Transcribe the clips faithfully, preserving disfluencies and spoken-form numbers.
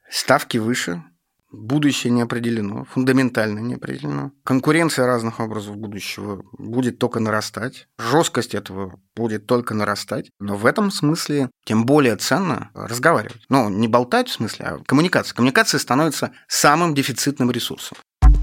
Ставки выше, будущее не определено, фундаментально не определено. Конкуренция разных образов будущего будет только нарастать, жесткость этого будет только нарастать. Но в этом смысле тем более ценно разговаривать. Ну, не болтать в смысле, а коммуникация. Коммуникация становится самым дефицитным ресурсом.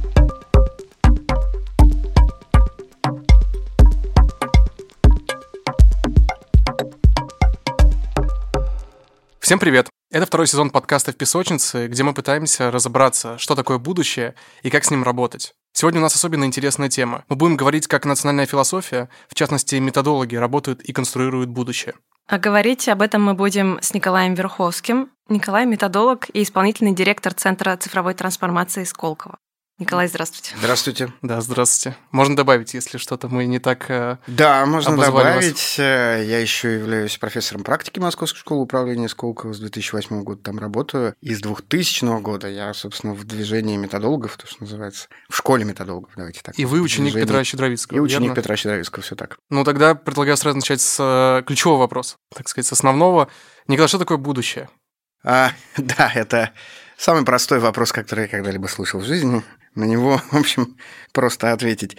Всем привет! Это второй сезон подкаста «В песочнице», где мы пытаемся разобраться, что такое будущее и как с ним работать. Сегодня у нас особенно интересная тема. Мы будем говорить, как национальная философия, в частности, методологи, работают и конструируют будущее. А говорить об этом мы будем с Николаем Верховским. Николай – методолог и исполнительный директор Центра цифровой трансформации Сколково. Николай, здравствуйте. Здравствуйте. Да, здравствуйте. Можно добавить, если что-то мы не так э, Да, можно добавить. Вас. Я еще являюсь профессором практики Московской школы управления Сколково. С две тысячи восьмого года там работаю. И с двухтысячного года я, собственно, в движении методологов, то, что называется, в школе методологов, давайте так. И вы ученик движении... Петра Щедровицкого, И ученик верно? Петра Щедровицкого, все так. Ну, тогда предлагаю сразу начать с э, ключевого вопроса, так сказать, с основного. Николай, что такое будущее? А, да, это самый простой вопрос, который я когда-либо слышал в жизни. На него, в общем, просто ответить.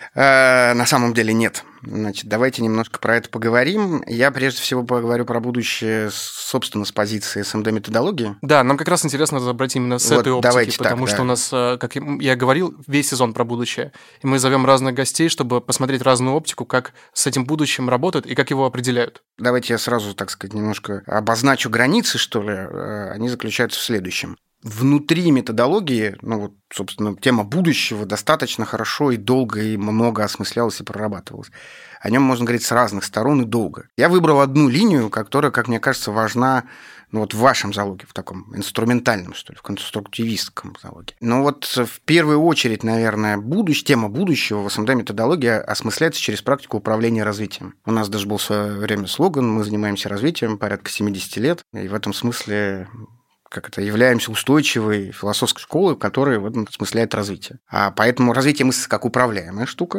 А, на самом деле нет. Значит, давайте немножко про это поговорим. Я прежде всего поговорю про будущее, собственно, с позиции эс эм дэ-методологии. Да, нам как раз интересно разобрать именно с вот этой оптики, потому так, что да. у нас, как я говорил, весь сезон про будущее. И мы зовем разных гостей, чтобы посмотреть разную оптику, как с этим будущим работают и как его определяют. Давайте я сразу, так сказать, немножко обозначу границы, что ли. Они заключаются в следующем. Внутри методологии, ну вот, собственно, тема будущего достаточно хорошо и долго и много осмыслялась и прорабатывалась. О нем можно говорить с разных сторон и долго. Я выбрал одну линию, которая, как мне кажется, важна ну, вот в вашем залоге, в таком инструментальном, что ли, в конструктивистском залоге. Но вот в первую очередь, наверное, будущ... тема будущего в эс эм дэ-методологии осмысляется через практику управления развитием. У нас даже был в свое время слоган «Мы занимаемся развитием порядка семьдесят лет», и в этом смысле... как это, являемся устойчивой философской школой, которая в этом осмысляет развитие. А поэтому развитие мысли как управляемая штука,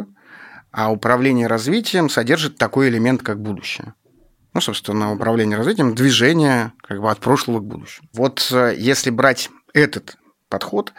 а управление развитием содержит такой элемент, как будущее. Ну, собственно, управление развитием – движение как бы от прошлого к будущему. Вот если брать этот подход,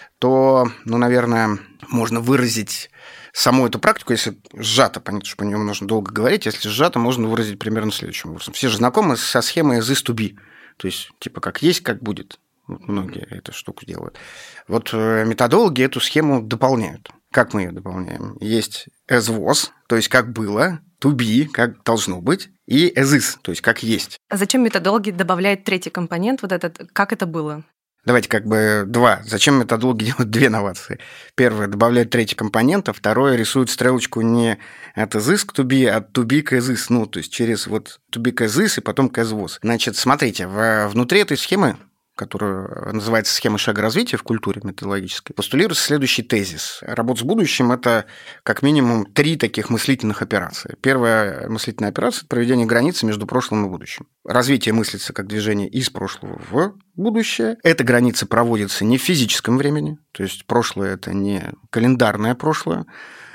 то, ну, наверное, можно выразить саму эту практику, если сжато, понятно, что по нему нужно долго говорить, если сжато, можно выразить примерно следующим образом. Все же знакомы со схемой as is to be. То есть, типа, как есть, как будет. Многие эту штуку делают. Вот методологи эту схему дополняют. Как мы ее дополняем? Есть as was, то есть, как было, to be, как должно быть, и as is, то есть, как есть. А зачем методологи добавляют третий компонент, вот этот, как это было? Давайте как бы два. Зачем методологи делают две новации? Первое, добавляют третий компонент, а второе, рисуют стрелочку не от as is к to be, а от to be к as is. Ну, то есть через вот to be к as is и потом к as was. Значит, смотрите, внутри этой схемы, которая называется схема шага развития в культуре методологической, постулируется следующий тезис. Работа с будущим – это как минимум три таких мыслительных операции. Первая мыслительная операция – это проведение границы между прошлым и будущим. Развитие мыслится как движение из прошлого в будущее. Эта граница проводится не в физическом времени, то есть прошлое – это не календарное прошлое,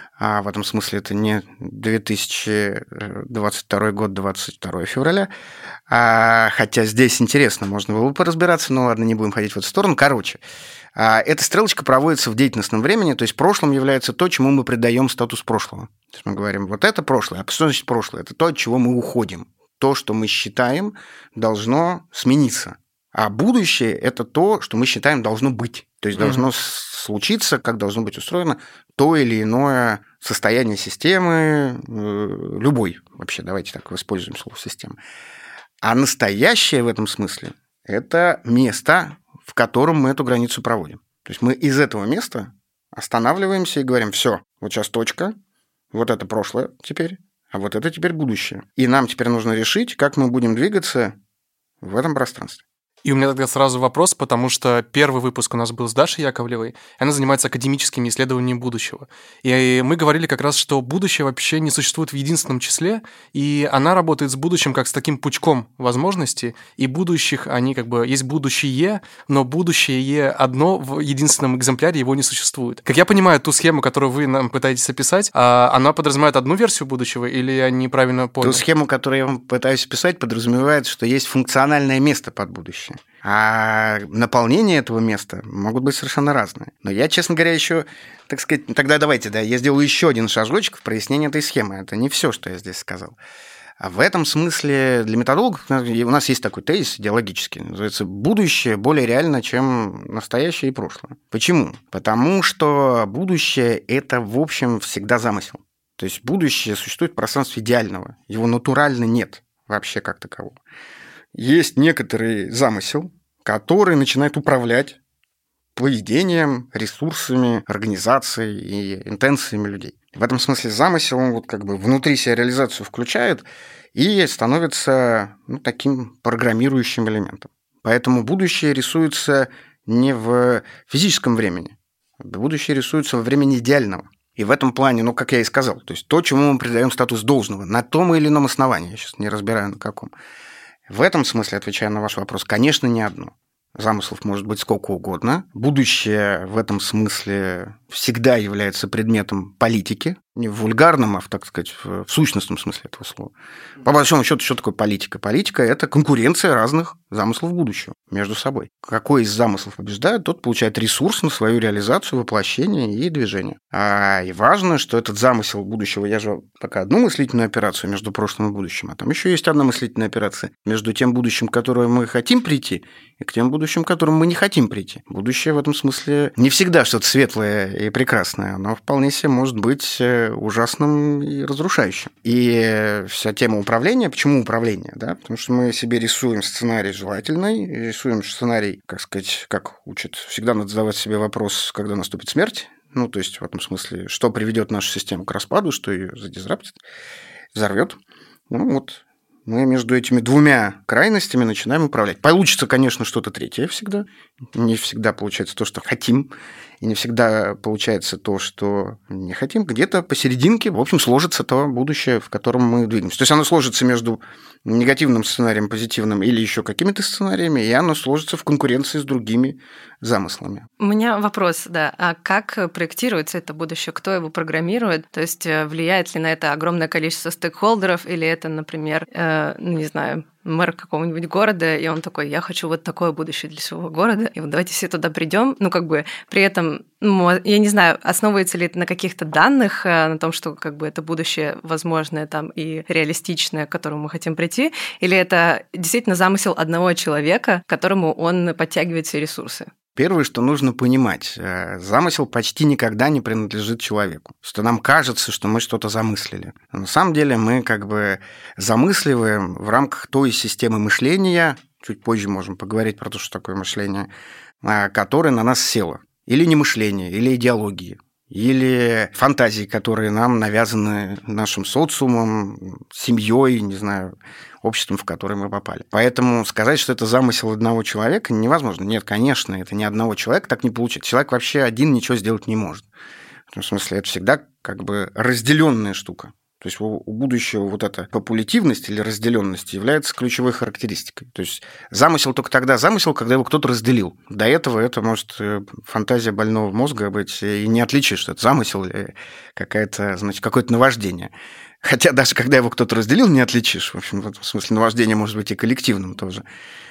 а в этом смысле это не две тысячи двадцать второй год, двадцать второго февраля. А, хотя здесь интересно, можно было бы поразбираться, но ладно, не будем ходить в эту сторону. Короче, а, эта стрелочка проводится в деятельностном времени, то есть прошлым является то, чему мы придаем статус прошлого. То есть мы говорим, вот это прошлое. А что значит прошлое? Это то, от чего мы уходим. То, что мы считаем, должно смениться. А будущее – это то, что мы считаем должно быть. То есть должно mm-hmm. случиться, как должно быть устроено то или иное состояние системы, любой вообще, давайте так воспользуем слово «система». А настоящее в этом смысле – это место, в котором мы эту границу проводим. То есть мы из этого места останавливаемся и говорим, все, вот сейчас точка, вот это прошлое теперь, а вот это теперь будущее. И нам теперь нужно решить, как мы будем двигаться в этом пространстве. И у меня тогда сразу вопрос, потому что первый выпуск у нас был с Дашей Яковлевой, и она занимается академическими исследованиями будущего. И мы говорили как раз, что будущее вообще не существует в единственном числе, и она работает с будущим как с таким пучком возможностей, и будущих, они как бы, есть будущее, но будущее одно в единственном экземпляре, его не существует. Как я понимаю, ту схему, которую вы нам пытаетесь описать, она подразумевает одну версию будущего, или я неправильно понял? Ту схему, которую я вам пытаюсь описать, подразумевает, что есть функциональное место под будущее. А наполнение этого места могут быть совершенно разные. Но я, честно говоря, еще, так сказать, тогда давайте, да, я сделаю еще один шажочек в прояснение этой схемы. Это не все, что я здесь сказал. А в этом смысле для методологов у нас есть такой тезис идеологический, называется «будущее более реально, чем настоящее и прошлое». Почему? Потому что будущее – это, в общем, всегда замысел. То есть будущее существует в пространстве идеального, его натурально нет вообще как такового. Есть некоторый замысел, который начинает управлять поведением, ресурсами, организацией и интенциями людей. В этом смысле замысел, он вот как бы внутри себя реализацию включает и становится ну, таким программирующим элементом. Поэтому будущее рисуется не в физическом времени, будущее рисуется во времени идеального. И в этом плане, ну, как я и сказал, то есть то, чему мы придаем статус должного, на том или ином основании, я сейчас не разбираю на каком. В этом смысле, отвечая на ваш вопрос, конечно, не одно. Замыслов может быть сколько угодно. Будущее в этом смысле всегда является предметом политики. Не в вульгарном, а, в, так сказать, в сущностном смысле этого слова. По большому счету, что такое политика? Политика – это конкуренция разных замыслов будущего между собой. Какой из замыслов побеждает, тот получает ресурс на свою реализацию, воплощение и движение. А и важно, что этот замысел будущего, я же пока одну мыслительную операцию между прошлым и будущим, а там еще есть одна мыслительная операция между тем будущим, к которому мы хотим прийти, и к тем будущим, к которым мы не хотим прийти. Будущее в этом смысле не всегда что-то светлое и прекрасное, но вполне себе может быть ужасным и разрушающим. И вся тема управления, почему управление? Да? Потому что мы себе рисуем сценарий желательный, рисуем сценарий, как сказать, как учат, всегда надо задавать себе вопрос, когда наступит смерть. Ну, то есть в этом смысле, что приведет нашу систему к распаду, что ее задизраптит, взорвет. Ну, вот мы между этими двумя крайностями начинаем управлять. Получится, конечно, что-то третье всегда. Не всегда получается то, что хотим, и не всегда получается то, что не хотим. Где-то посерединке, в общем, сложится то будущее, в котором мы двигаемся. То есть оно сложится между негативным сценарием, позитивным или еще какими-то сценариями, и оно сложится в конкуренции с другими замыслами. У меня вопрос, да. А как проектируется это будущее? Кто его программирует? То есть влияет ли на это огромное количество стейкхолдеров, или это, например, э, ну, не знаю, мэр какого-нибудь города, и он такой, я хочу вот такое будущее для своего города, и вот давайте все туда придем. Ну, как бы при этом, ну, я не знаю, основывается ли это на каких-то данных, на том, что как бы это будущее возможное там и реалистичное, к которому мы хотим прийти, или это действительно замысел одного человека, к которому он подтягивает все ресурсы? Первое, что нужно понимать, замысел почти никогда не принадлежит человеку. Что нам кажется, что мы что-то замыслили. Но на самом деле мы как бы замысливаем в рамках той системы мышления, чуть позже можем поговорить про то, что такое мышление, которое на нас село. Или не мышление, или идеологии, или фантазии, которые нам навязаны нашим социумом, семьей, не знаю, обществом, в которое мы попали. Поэтому сказать, что это замысел одного человека, невозможно. Нет, конечно, это не одного человека, так не получится. Человек вообще один ничего сделать не может. В том смысле, это всегда как бы разделенная штука. То есть у будущего вот эта популятивность или разделенность является ключевой характеристикой. То есть замысел только тогда замысел, когда его кто-то разделил. До этого это может фантазия больного мозга быть, и не отличишь, что это замысел или какая-то, значит, какое-то наваждение. Хотя даже когда его кто-то разделил, не отличишь. В общем, в этом смысле наваждение может быть и коллективным тоже.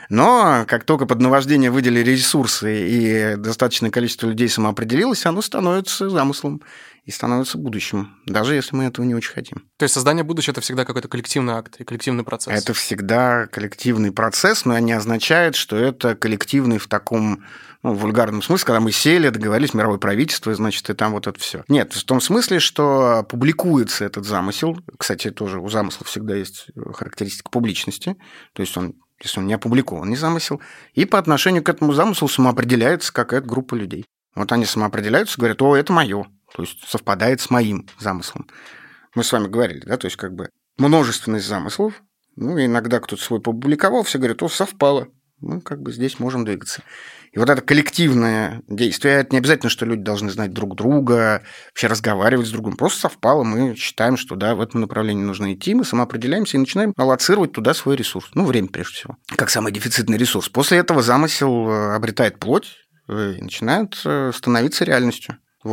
Но как только под наваждение выделили ресурсы и достаточное количество людей самоопределилось, оно становится замыслом и становится будущим, даже если мы этого не очень хотим. То есть создание будущего – это всегда какой-то коллективный акт и коллективный процесс? Это всегда коллективный процесс, но не означает, что это коллективный в таком ну, вульгарном смысле, когда мы сели, договорились, мировое правительство, значит, и там вот это все. Нет, в том смысле, что публикуется этот замысел. Кстати, тоже у замысла всегда есть характеристика публичности, то есть он если он не опубликован, не замысел, и по отношению к этому замыслу самоопределяется какая-то группа людей. Вот они самоопределяются, говорят, о, это мое, то есть совпадает с моим замыслом. Мы с вами говорили, да, то есть как бы множественность замыслов, ну, иногда кто-то свой публиковал, все говорят, о, совпало, мы как бы здесь можем двигаться. И вот это коллективное действие, это не обязательно, что люди должны знать друг друга, вообще разговаривать с другом. Просто совпало, мы считаем, что да, в этом направлении нужно идти, мы самоопределяемся и начинаем аллоцировать туда свой ресурс. Ну, время, прежде всего, как самый дефицитный ресурс. После этого замысел обретает плоть и начинает становиться реальностью. Вот.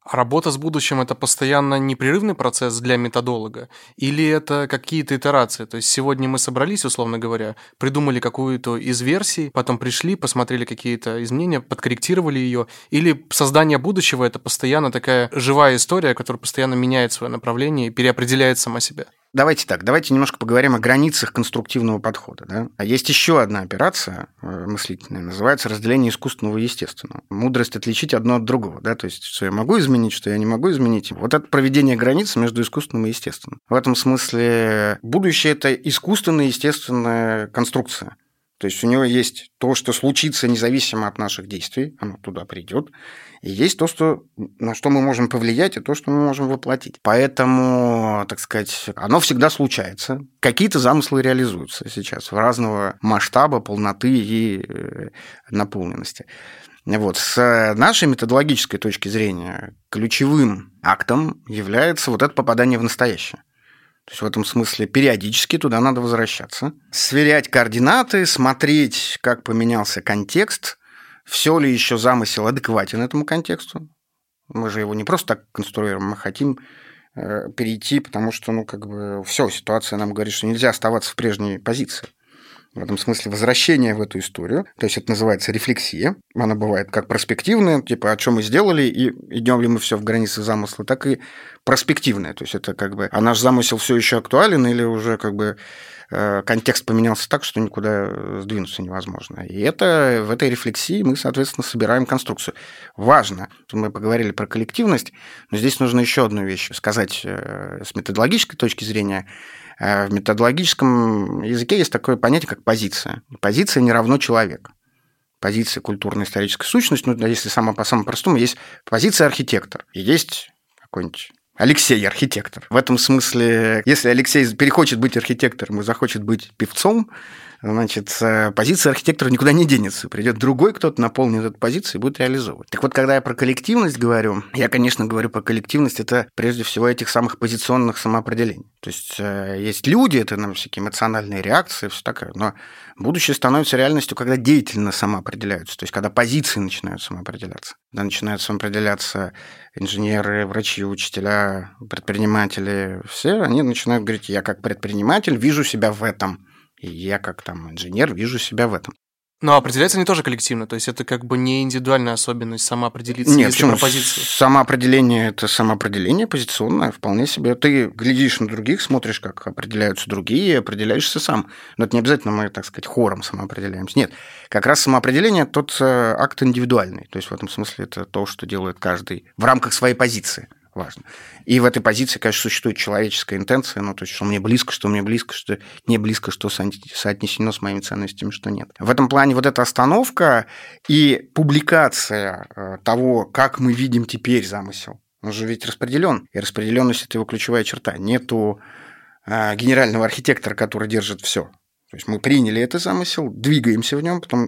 А работа с будущим – это постоянно непрерывный процесс для методолога? Или это какие-то итерации? То есть сегодня мы собрались, условно говоря, придумали какую-то из версий, потом пришли, посмотрели какие-то изменения, подкорректировали ее? Или создание будущего – это постоянно такая живая история, которая постоянно меняет свое направление и переопределяет сама себя? Давайте так, давайте немножко поговорим о границах конструктивного подхода. Да? А есть еще одна операция мыслительная, называется разделение искусственного и естественного. Мудрость отличить одно от другого. Да? То есть, что я могу изменить, что я не могу изменить. Вот это проведение границ между искусственным и естественным. В этом смысле будущее – это искусственная и естественная конструкция. То есть у него есть то, что случится независимо от наших действий, оно туда придет, и есть то, что, на что мы можем повлиять, и то, что мы можем воплотить. Поэтому, так сказать, оно всегда случается. Какие-то замыслы реализуются сейчас в разного масштаба, полноты и наполненности. Вот. С нашей методологической точки зрения ключевым актом является вот это попадание в настоящее. То есть в этом смысле периодически туда надо возвращаться, сверять координаты, смотреть, как поменялся контекст, все ли еще замысел адекватен этому контексту. Мы же его не просто так конструируем, мы хотим э, перейти, потому что, ну, как бы, все, ситуация нам говорит, что нельзя оставаться в прежней позиции. В этом смысле возвращение в эту историю, то есть это называется рефлексия, она бывает как проспективная, типа о чем мы сделали и идем ли мы все в границы замысла, так и проспективная, то есть это как бы, а наш замысел все еще актуален или уже как бы контекст поменялся так, что никуда сдвинуться невозможно. И это в этой рефлексии мы, соответственно, собираем конструкцию. Важно, мы поговорили про коллективность, но здесь нужно еще одну вещь сказать с методологической точки зрения. В методологическом языке есть такое понятие, как позиция. Позиция не равно человек. Позиция культурно-историческая сущность, ну, если самое, по-самому простому, есть позиция архитектор, и есть какой-нибудь Алексей архитектор. В этом смысле, если Алексей перехочет быть архитектором и захочет быть певцом, значит, позиция архитектора никуда не денется. Придет другой кто-то, наполнит эту позицию и будет реализовывать. Так вот, когда я про коллективность говорю, я, конечно, говорю про коллективность, это прежде всего этих самых позиционных самоопределений. То есть есть люди, это нам всякие эмоциональные реакции, все такое, но будущее становится реальностью, когда деятельно самоопределяются, то есть когда позиции начинают самоопределяться. Когда начинают самоопределяться инженеры, врачи, учителя, предприниматели, все, они начинают говорить, я как предприниматель вижу себя в этом. И я, как там инженер, вижу себя в этом. Но определяются они тоже коллективно, то есть это как бы не индивидуальная особенность самоопределиться. Нет, почему? Самоопределение – это самоопределение позиционное, вполне себе. Ты глядишь на других, смотришь, как определяются другие, и определяешься сам. Но это не обязательно мы, так сказать, хором самоопределяемся. Нет, как раз самоопределение – тот акт индивидуальный. То есть в этом смысле это то, что делает каждый в рамках своей позиции. Важно. И в этой позиции, конечно, существует человеческая интенция, ну, то есть, что мне близко, что мне близко, что не близко, что соотнесено с моими ценностями, что нет. В этом плане вот эта остановка и публикация того, как мы видим теперь замысел, он же ведь распределен, и распределенность – это его ключевая черта. Нету генерального архитектора, который держит все. То есть мы приняли этот замысел, двигаемся в нем, потом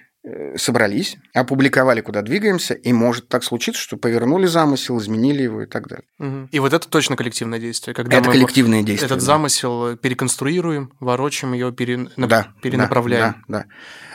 собрались, опубликовали, куда двигаемся, и может так случиться, что повернули замысел, изменили его и так далее. Угу. И вот это точно коллективное действие. Когда это мы коллективное действие. Этот да. замысел переконструируем, ворочаем ее, пере... да, перенаправляем. Да, да, да.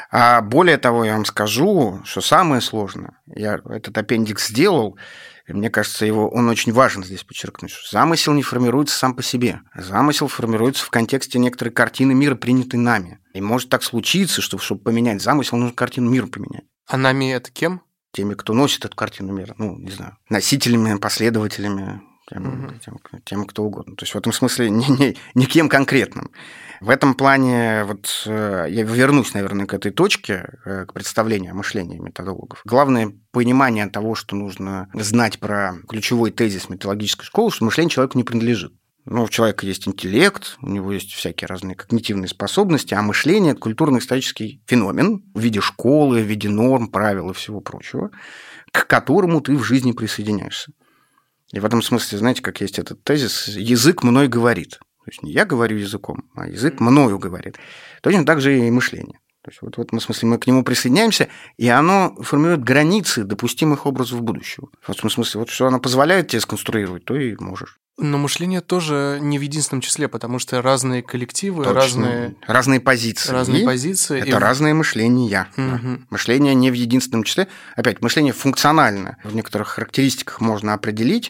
А более того, я вам скажу, что самое сложное, я этот аппендикс сделал, и мне кажется, его, он очень важен здесь подчеркнуть, что замысел не формируется сам по себе. Замысел формируется в контексте некоторой картины мира, принятой нами. И может так случиться, что, чтобы поменять замысел, нужно картину мира поменять. А нами это кем? Теми, кто носит эту картину мира. Ну, не знаю, носителями, последователями, тем, угу. тем, тем кто угодно. То есть в этом смысле не, не, не кем конкретным. В этом плане вот я вернусь, наверное, к этой точке, к представлению о мышлении методологов. Главное понимание того, что нужно знать про ключевой тезис методологической школы, что мышление человеку не принадлежит. Ну, у человека есть интеллект, у него есть всякие разные когнитивные способности, а мышление – это культурно-исторический феномен в виде школы, в виде норм, правил и всего прочего, к которому ты в жизни присоединяешься. И в этом смысле, знаете, как есть этот тезис «язык мной говорит». То есть не я говорю языком, а язык мною говорит. Точно так же и мышление. То есть вот в этом смысле мы к нему присоединяемся, и оно формирует границы допустимых образов будущего. В этом смысле, вот что оно позволяет тебе сконструировать, то и можешь. Но мышление тоже не в единственном числе, потому что разные коллективы, Точно. разные... Разные позиции. Разные позиции. Это и... разные мышления. Угу. Да. Мышление не в единственном числе. Опять, мышление функционально. В некоторых характеристиках можно определить,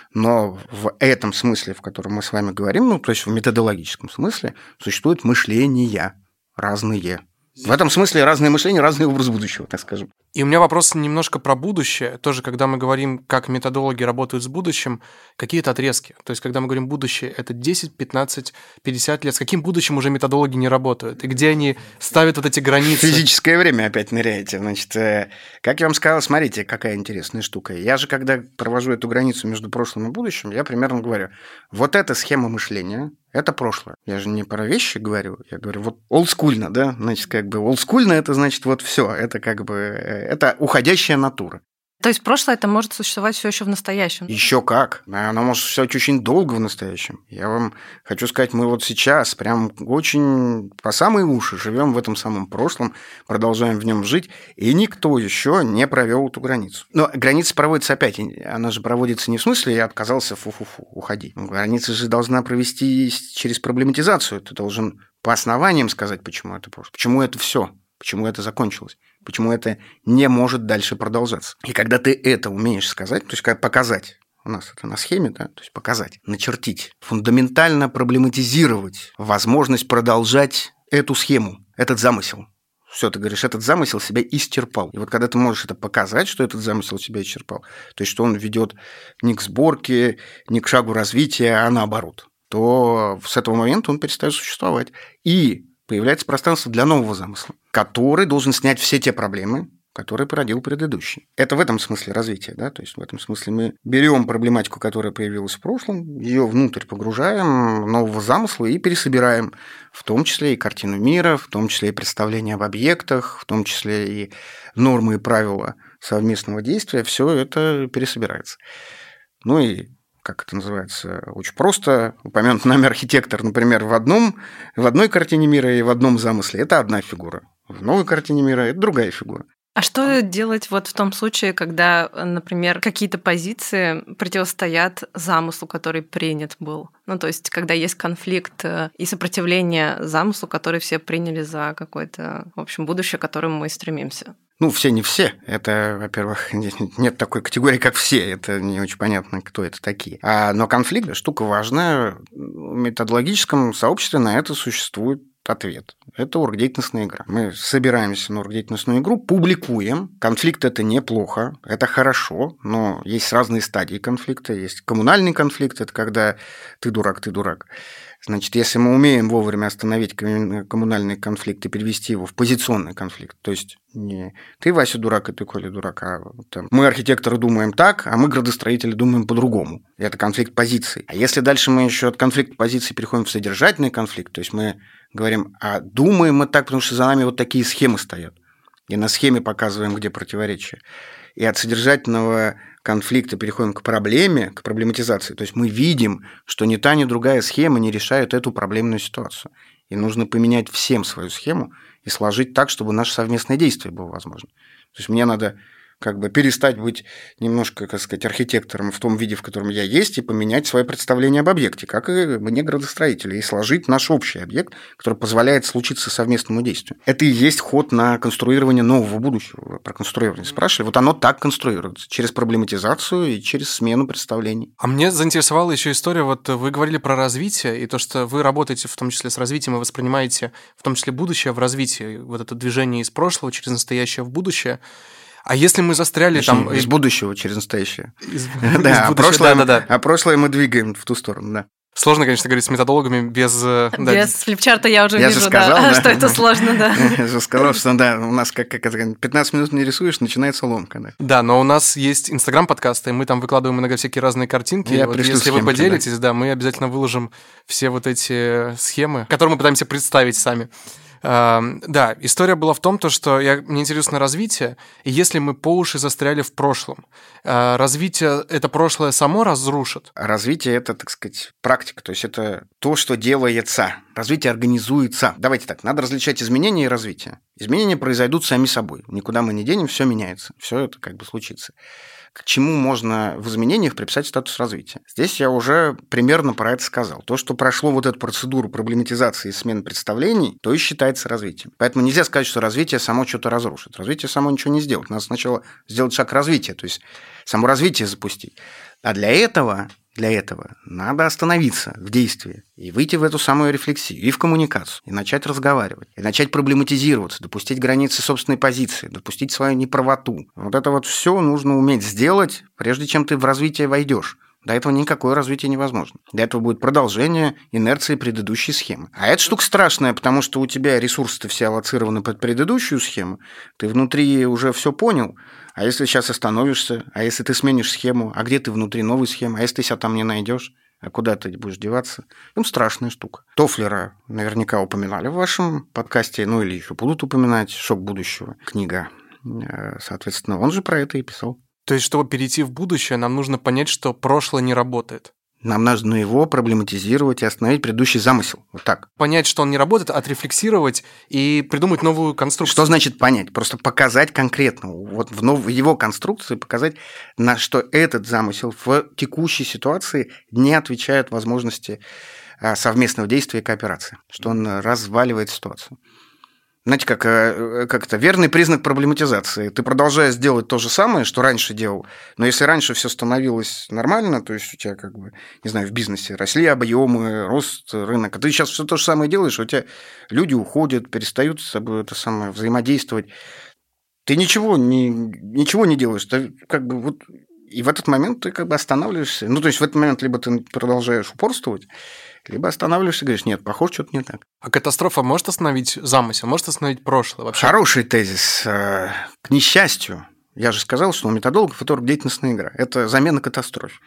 но в этом смысле, в котором мы с вами говорим, ну, то есть в методологическом смысле, существует мышления разные. В этом смысле разные мышления, разный образ будущего, так скажем. И у меня вопрос немножко про будущее. Тоже, когда мы говорим, как методологи работают с будущим, какие-то отрезки. То есть, когда мы говорим будущее, это десять, пятнадцать, пятьдесят лет. С каким будущим уже методологи не работают? И где они ставят вот эти границы? Физическое время опять ныряете. Значит, как я вам сказал, смотрите, какая интересная штука. Я же, когда провожу эту границу между прошлым и будущим, я примерно говорю, вот эта схема мышления, это прошлое. Я же не про вещи говорю, я говорю вот олдскульно, да, значит, как бы олдскульно это значит вот все, это как бы, это уходящая натура. То есть прошлое это может существовать все еще в настоящем? Еще как. Оно может существовать очень долго в настоящем. Я вам хочу сказать, мы вот сейчас прям очень по самые уши живем в этом самом прошлом, продолжаем в нем жить, и никто еще не провел эту границу. Но граница проводится опять, она же проводится не в смысле «я отказался, фу-фу-фу, уходи». Граница же должна провести через проблематизацию. Ты должен по основаниям сказать, почему это прошлое, почему это все, почему это закончилось. Почему это не может дальше продолжаться. И когда ты это умеешь сказать, то есть как показать, у нас это на схеме, да, то есть показать, начертить, фундаментально проблематизировать возможность продолжать эту схему, этот замысел. Все, ты говоришь, этот замысел себя исчерпал. И вот когда ты можешь это показать, что этот замысел себя исчерпал, то есть что он ведет не к сборке, не к шагу развития, а наоборот, то с этого момента он перестает существовать. И появляется пространство для нового замысла, который должен снять все те проблемы, которые породил предыдущий. Это в этом смысле развитие, да, то есть в этом смысле мы берем проблематику, которая появилась в прошлом, ее внутрь погружаем, нового замысла и пересобираем, в том числе и картину мира, в том числе и представление об объектах, в том числе и нормы и правила совместного действия, все это пересобирается. Ну и как это называется, очень просто. Упомянут нами архитектор, например, в, одном, в одной картине мира и в одном замысле – это одна фигура. В новой картине мира – это другая фигура. А что делать вот в том случае, когда, например, какие-то позиции противостоят замыслу, который принят был? Ну, то есть, когда есть конфликт и сопротивление замыслу, который все приняли за какое-то, в общем, будущее, к которому мы стремимся. Ну, все не все. Это, во-первых, нет такой категории, как все. Это не очень понятно, кто это такие. А, но конфликт – штука важная. В методологическом сообществе на это существует ответ. Это оргдеятельностная игра. Мы собираемся на оргдеятельностную игру, публикуем. Конфликт – это неплохо, это хорошо, но есть разные стадии конфликта. Есть коммунальный конфликт – это когда ты дурак, ты дурак. Значит, если мы умеем вовремя остановить коммунальный конфликт и перевести его в позиционный конфликт, то есть не ты, Вася, дурак, и ты, Коля, дурак, а там, мы, архитекторы, думаем так, а мы, градостроители, думаем по-другому. Это конфликт позиций. А если дальше мы еще от конфликта позиций переходим в содержательный конфликт, то есть мы говорим, а думаем мы так, потому что за нами вот такие схемы стоят, и на схеме показываем, где противоречия. И от содержательного конфликта переходим к проблеме, к проблематизации. То есть мы видим, что ни та, ни другая схема не решают эту проблемную ситуацию. И нужно поменять всем свою схему и сложить так, чтобы наше совместное действие было возможно. То есть мне надо как бы перестать быть немножко, как сказать, архитектором в том виде, в котором я есть, и поменять свое представление об объекте, как и мне, градостроителю, и сложить наш общий объект, который позволяет случиться совместному действию. Это и есть ход на конструирование нового будущего. Вы про конструирование спрашивали. Вот оно так конструируется, через проблематизацию и через смену представлений. А мне заинтересовала еще история, вот вы говорили про развитие, и то, что вы работаете в том числе с развитием и воспринимаете в том числе будущее в развитии, вот это движение из прошлого через настоящее в будущее. А если мы застряли Точнее, там... Из будущего через настоящее. Из, да, из а, прошлое, да, да, да. а прошлое мы двигаем в ту сторону, да. Сложно, конечно, говорить с методологами без... Без да. флипчарта я уже я вижу, сказал, да, да, что это сложно, да. Я же сказал, что да, у нас как, как пятнадцать минут не рисуешь, начинается ломка. Да, да, но у нас есть инстаграм-подкасты, и мы там выкладываем иногда всякие разные картинки. Я вот пришлю если схемки, вы поделитесь, да. да, мы обязательно выложим все вот эти схемы, которые мы пытаемся представить сами. Uh, да, история была в том, то, что я, мне интересно развитие, и если мы по уши застряли в прошлом, uh, развитие это прошлое само разрушит? Развитие – это, так сказать, практика, то есть это то, что делается. Развитие организуется. Давайте так, надо различать изменения и развитие. Изменения произойдут сами собой. Никуда мы не денем, все меняется. Все это как бы случится. К чему можно в изменениях приписать статус развития? Здесь я уже примерно про это сказал. То, что прошло вот эту процедуру проблематизации и смены представлений, то и считается развитием. Поэтому нельзя сказать, что развитие само что-то разрушит. Развитие само ничего не сделает. Надо сначала сделать шаг развития, то есть само развитие запустить. А для этого... Для этого надо остановиться в действии и выйти в эту самую рефлексию, и в коммуникацию, и начать разговаривать, и начать проблематизироваться, допустить границы собственной позиции, допустить свою неправоту. Вот это вот все нужно уметь сделать, прежде чем ты в развитие войдешь. До этого никакое развитие невозможно. До этого будет продолжение инерции предыдущей схемы. А эта штука страшная, потому что у тебя ресурсы-то все аллоцированы под предыдущую схему, ты внутри уже все понял. А если сейчас остановишься, а если ты сменишь схему, а где ты внутри новой схемы, а если ты себя там не найдешь, а куда ты будешь деваться? Ну, страшная штука. Тофлера наверняка упоминали в вашем подкасте, ну или еще будут упоминать, «Шок будущего», книга. Соответственно, он же про это и писал. То есть, чтобы перейти в будущее, нам нужно понять, что прошлое не работает. Нам нужно его проблематизировать и остановить предыдущий замысел. Вот так. Понять, что он не работает, отрефлексировать и придумать новую конструкцию. Что значит понять? Просто показать конкретно. Вот в, нов... в его конструкции показать, на что этот замысел в текущей ситуации не отвечает возможности совместного действия и кооперации. Что он разваливает ситуацию. Знаете, как, как это, верный признак проблематизации. Ты продолжаешь делать то же самое, что раньше делал, но если раньше все становилось нормально, то есть у тебя, как бы, не знаю, в бизнесе росли объемы, рост рынок, а ты сейчас все то же самое делаешь, у тебя люди уходят, перестают с собой это самое взаимодействовать. Ты ничего не, ничего не делаешь. Ты как бы вот... И в этот момент ты как бы останавливаешься. Ну, то есть в этот момент либо ты продолжаешь упорствовать, либо останавливаешься и говоришь, нет, похоже, что-то не так. А катастрофа может остановить замысел, может остановить прошлое вообще? Хороший тезис. К несчастью, я же сказал, что у методологов это оргдеятельностная игра. Это замена катастроф.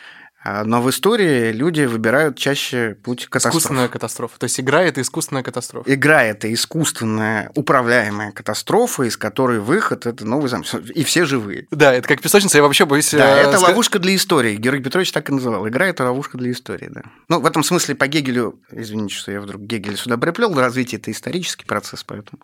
Но в истории люди выбирают чаще путь катастрофы. Искусственная катастрофа. То есть игра – это искусственная катастрофа. Игра – это искусственная, управляемая катастрофа, из которой выход – это новый замысел. И все живые. Да, это как песочница, я вообще боюсь... Да, это ска... ловушка для истории. Георгий Петрович так и называл. Игра – это ловушка для истории, да. Ну, в этом смысле по Гегелю, извините, что я вдруг Гегеля сюда приплел, развитие – это исторический процесс, поэтому...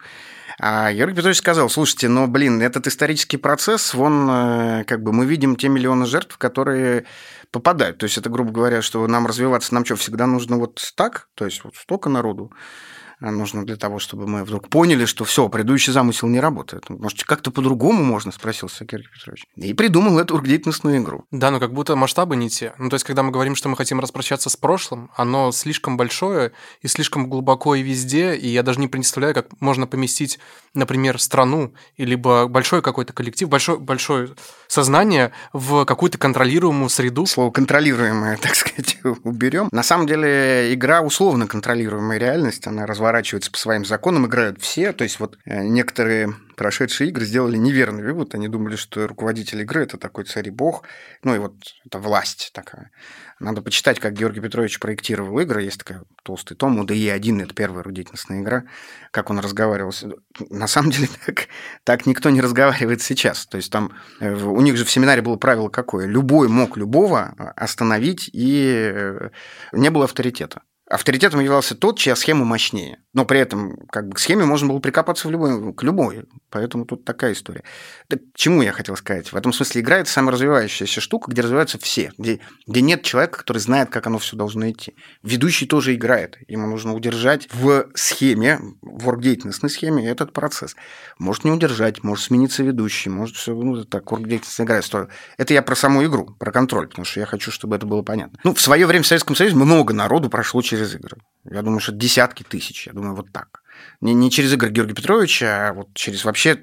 А Георгий Петрович сказал, слушайте, ну, блин, этот исторический процесс, вон, как бы мы видим те миллионы жертв, которые попадают. То есть это, грубо говоря, что нам развиваться, нам что, всегда нужно вот так? То есть вот столько народу нужно для того, чтобы мы вдруг поняли, что все, предыдущий замысел не работает. Может, как-то по-другому можно, спросился Георгий Петрович. И придумал эту оргдеятельностную игру. Да, но как будто масштабы не те. Ну, то есть, когда мы говорим, что мы хотим распрощаться с прошлым, оно слишком большое и слишком глубоко и везде, и я даже не представляю, как можно поместить, например, страну, либо большой какой-то коллектив, большое, большое сознание в какую-то контролируемую среду. Слово «контролируемое», так сказать, уберем. На самом деле, игра условно контролируемая реальность, она разворачивается по своим законам, играют все. То есть вот некоторые прошедшие игры сделали неверный вывод. Они думали, что руководитель игры – это такой царь и бог. Ну и вот это власть такая. Надо почитать, как Георгий Петрович проектировал игры. Есть такой толстый том, У Д И один – это первая оргдеятельностная игра. Как он разговаривал. На самом деле так, так никто не разговаривает сейчас. То есть там у них же в семинаре было правило какое? Любой мог любого остановить, и не было авторитета. Авторитетом являлся тот, чья схема мощнее. Но при этом как бы, к схеме можно было прикопаться в любой, к любой. Поэтому тут такая история. Так к чему я хотел сказать? В этом смысле игра – это саморазвивающаяся штука, где развиваются все. Где, где нет человека, который знает, как оно все должно идти. Ведущий тоже играет. Ему нужно удержать в схеме, в оргдеятельностной схеме этот процесс. Может не удержать, может смениться ведущий, может все, ну, так, оргдеятельностная игра. Это я про саму игру, про контроль, потому что я хочу, чтобы это было понятно. Ну, в свое время в Советском Союзе много народу прошло через игры. Я думаю, что десятки тысяч. Я думаю, вот так. Не, не через игры Георгия Петровича, а вот через вообще,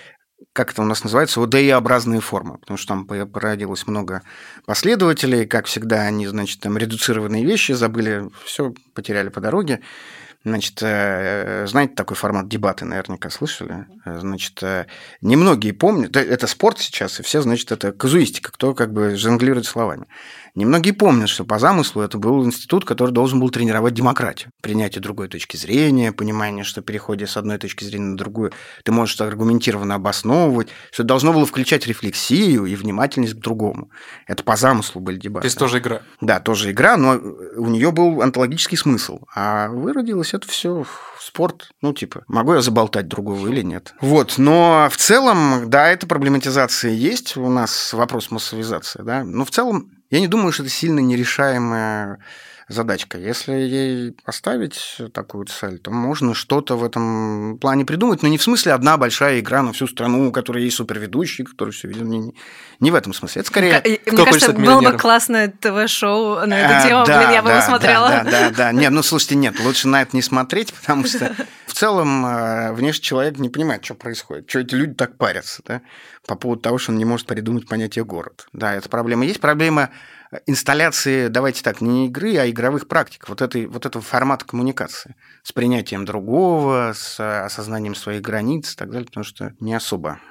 как это у нас называется, О Д И-образные формы. Потому что там породилось много последователей. Как всегда, они, значит, там редуцированные вещи забыли, все потеряли по дороге. Значит, знаете, такой формат дебаты наверняка слышали? Значит, немногие помнят, это спорт сейчас, и все, значит, это казуистика, кто как бы жонглирует словами. Немногие помнят, что по замыслу это был институт, который должен был тренировать демократию. Принятие другой точки зрения, понимание, что переходя с одной точки зрения на другую, ты можешь аргументированно обосновывать, что это должно было включать рефлексию и внимательность к другому. Это по замыслу были дебаты. То есть тоже игра. Да, тоже игра, но у нее был онтологический смысл. А выродилось это все в спорт. Ну, типа, могу я заболтать другого или нет? Вот, но в целом, да, эта проблематизация есть. У нас вопрос массовизации, да. Но в целом, я не думаю, что это сильно нерешаемая задачка. Если ей поставить такую цель, то можно что-то в этом плане придумать, но не в смысле одна большая игра на всю страну, у которой есть суперведущий, который все видит. Не, не в этом смысле. Это скорее... Мне Кто кажется, было бы классное ТВ-шоу на эту тему, а, да, блин, я бы да, его смотрела. Да, да, да, да. Нет, ну, слушайте, нет, лучше на это не смотреть, потому что в целом внешний человек не понимает, что происходит, что эти люди так парятся, да, по поводу того, что он не может придумать понятие город. Да, эта проблема есть. Проблема инсталляции, давайте так, не игры, а игровых практик, вот, этой, вот этого формата коммуникации с принятием другого, с осознанием своих границ и так далее, потому что не особо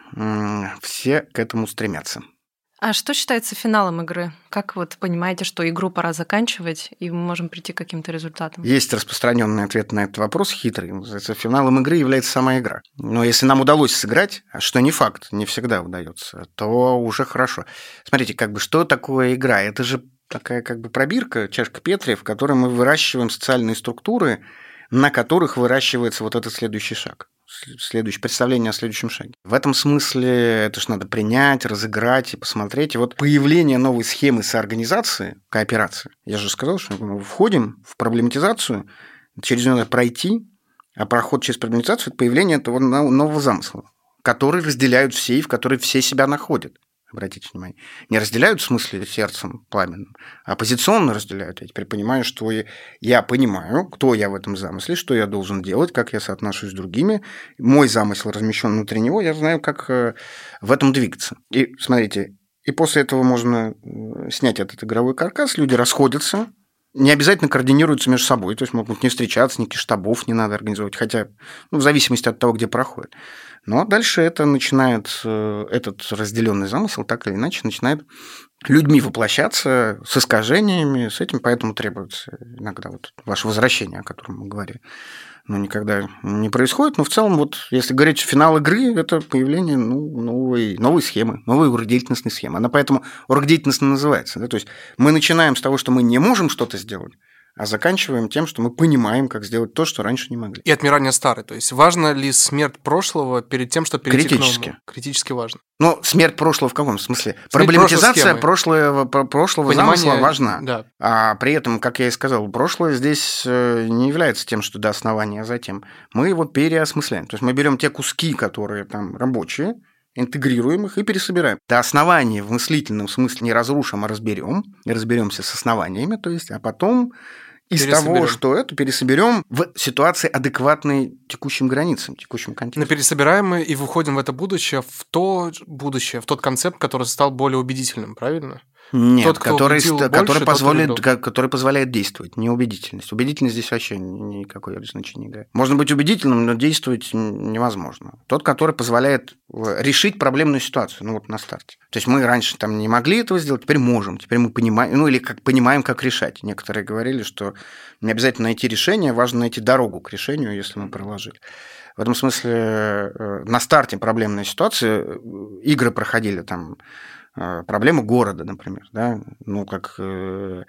все к этому стремятся. А что считается финалом игры? Как вот понимаете, что игру пора заканчивать, и мы можем прийти к каким-то результатам? Есть распространенный ответ на этот вопрос, хитрый. Финалом игры является сама игра. Но если нам удалось сыграть, что не факт, не всегда удается, то уже хорошо. Смотрите, как бы что такое игра? Это же такая как бы пробирка, чашка Петри, в которой мы выращиваем социальные структуры, на которых выращивается вот этот следующий шаг. Следующее представление о следующем шаге. В этом смысле это же надо принять, разыграть и посмотреть. И вот появление новой схемы соорганизации, кооперации, я же сказал, что мы входим в проблематизацию, через нее надо пройти, а проход через проблематизацию – это появление этого нового замысла, который разделяют все и в который все себя находят. Обратите внимание. Не разделяют в смысле сердцем пламенным, а позиционно разделяют. Я теперь понимаю, что я понимаю, кто я в этом замысле, что я должен делать, как я соотношусь с другими. Мой замысел размещен внутри него, я знаю, как в этом двигаться. И смотрите, и после этого можно снять этот игровой каркас, люди расходятся, не обязательно координируются между собой, то есть могут не встречаться, никаких штабов не надо организовывать, хотя, ну, в зависимости от того, где проходит. Но дальше это начинает, этот разделенный замысел так или иначе начинает людьми воплощаться с искажениями, с этим поэтому требуется иногда вот ваше возвращение, о котором мы говорили. Но никогда не происходит. Но в целом, вот, если говорить финал игры, это появление ну, новой, новой схемы, новой оргдеятельностной схемы. Она поэтому оргдеятельностно называется. Да? То есть мы начинаем с того, что мы не можем что-то сделать, а заканчиваем тем, что мы понимаем, как сделать то, что раньше не могли. И отмирание старой. То есть важна ли смерть прошлого перед тем, чтобы перейти Критически. к новому? Критически важно. Но смерть прошлого в каком смысле? Смерть Проблематизация прошлого, прошлого Понимание, замысла важна. Да. А при этом, как я и сказал, прошлое здесь не является тем, что до основания, а затем. Мы его переосмысляем. То есть мы берем те куски, которые там рабочие, интегрируем их и пересобираем. До основания в мыслительном смысле не разрушим, а разберем. И разберемся с основаниями, то есть, а потом из того, что это, пересоберем в ситуации, адекватной текущим границам, текущим контексту. Но пересобираем мы и выходим в это будущее, в то будущее, в тот концепт, который стал более убедительным, правильно? Нет, тот, кто который, больше, который, позволит, тот, который позволяет действовать, не убедительность. Убедительность здесь вообще никакой значения не играет. Можно быть убедительным, но действовать невозможно. Тот, который позволяет решить проблемную ситуацию, ну вот на старте. То есть мы раньше там не могли этого сделать, теперь можем, теперь мы понимаем, ну или как понимаем, как решать. Некоторые говорили, что не обязательно найти решение, важно найти дорогу к решению, если мы проложили. В этом смысле на старте проблемной ситуации игры проходили там проблему города, например, да, ну, как э,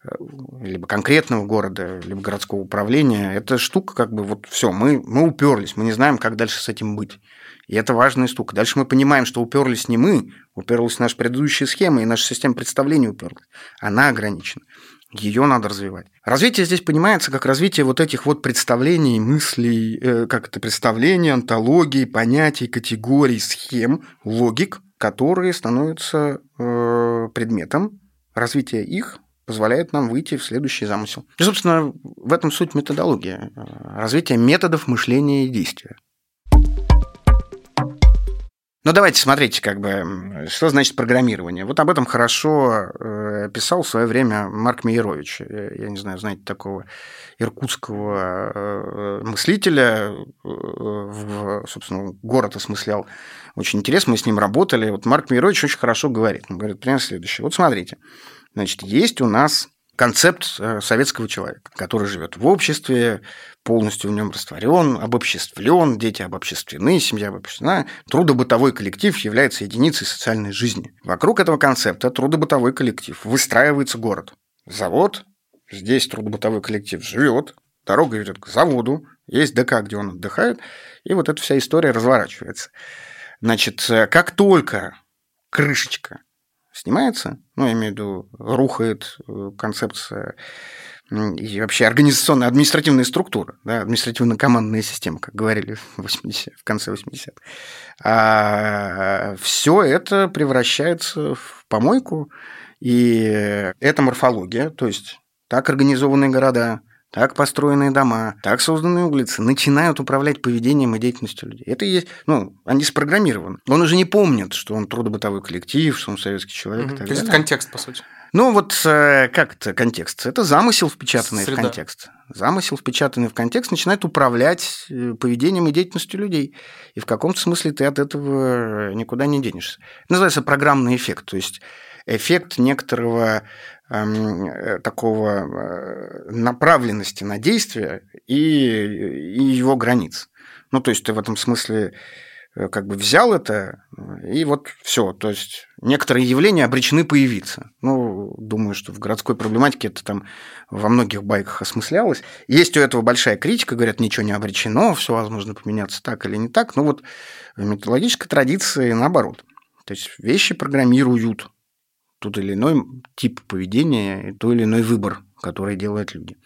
либо конкретного города, либо городского управления, эта штука как бы вот все, мы, мы уперлись, мы не знаем, как дальше с этим быть. И это важная штука. Дальше мы понимаем, что уперлись не мы, уперлась наша предыдущая схема, и наша система представлений уперлась. Она ограничена. Ее надо развивать. Развитие здесь понимается как развитие вот этих вот представлений, мыслей, э, как это представления, антологии, понятий, категорий, схем, логик, которые становятся э, предметом. Развитие их позволяет нам выйти в следующий замысел. И, собственно, в этом суть методологии. Развитие методов мышления и действия. Ну, давайте смотрите, как бы, что значит программирование. Вот об этом хорошо э, писал в свое время Марк Мейерович. Я не знаю, знаете такого иркутского э, мыслителя, э, в, собственно, город осмыслял. Очень интересно, мы с ним работали. Вот Марк Мейерович очень хорошо говорит. Он говорит примерно следующее. Вот смотрите, Значит, есть у нас концепт советского человека, который живет в обществе, полностью в нем растворен, обобществлен, дети обобществлены, семья обобществлена. Трудобытовой коллектив является единицей социальной жизни. Вокруг этого концепта трудобытовой коллектив выстраивается город. Завод, здесь трудобытовой коллектив живет, дорога ведет к заводу, есть ДК, где он отдыхает, и вот эта вся история разворачивается. Значит, как только крышечка снимается, ну, я имею в виду, рухает концепция и вообще организационная, административная структура, да, административно-командная система, как говорили в, восьмидесятых, в конце восьмидесятых, а все это превращается в помойку, и это морфология, то есть так организованные города, так построенные дома, так созданные улицы начинают управлять поведением и деятельностью людей. Это и есть, ну, они спрограммированы. Он уже не помнит, что он трудобытовой коллектив, что он советский человек. Mm-hmm. То есть это контекст, по сути. Ну, вот как это контекст? Это замысел, впечатанный Среда. в контекст. Замысел, впечатанный в контекст, начинает управлять поведением и деятельностью людей. И в каком-то смысле ты от этого никуда не денешься. Это называется программный эффект. То есть эффект некоторого э, такого э, направленности на действие и, и его границ. Ну, то есть ты в этом смысле как бы взял это, и вот все. То есть некоторые явления обречены появиться. Ну, думаю, что в городской проблематике это там во многих байках осмыслялось. Есть у этого большая критика, говорят, ничего не обречено, все возможно поменяться так или не так. Но вот в методологической традиции наоборот. То есть вещи программируют тот или иной тип поведения, и тот или иной выбор, который делают люди.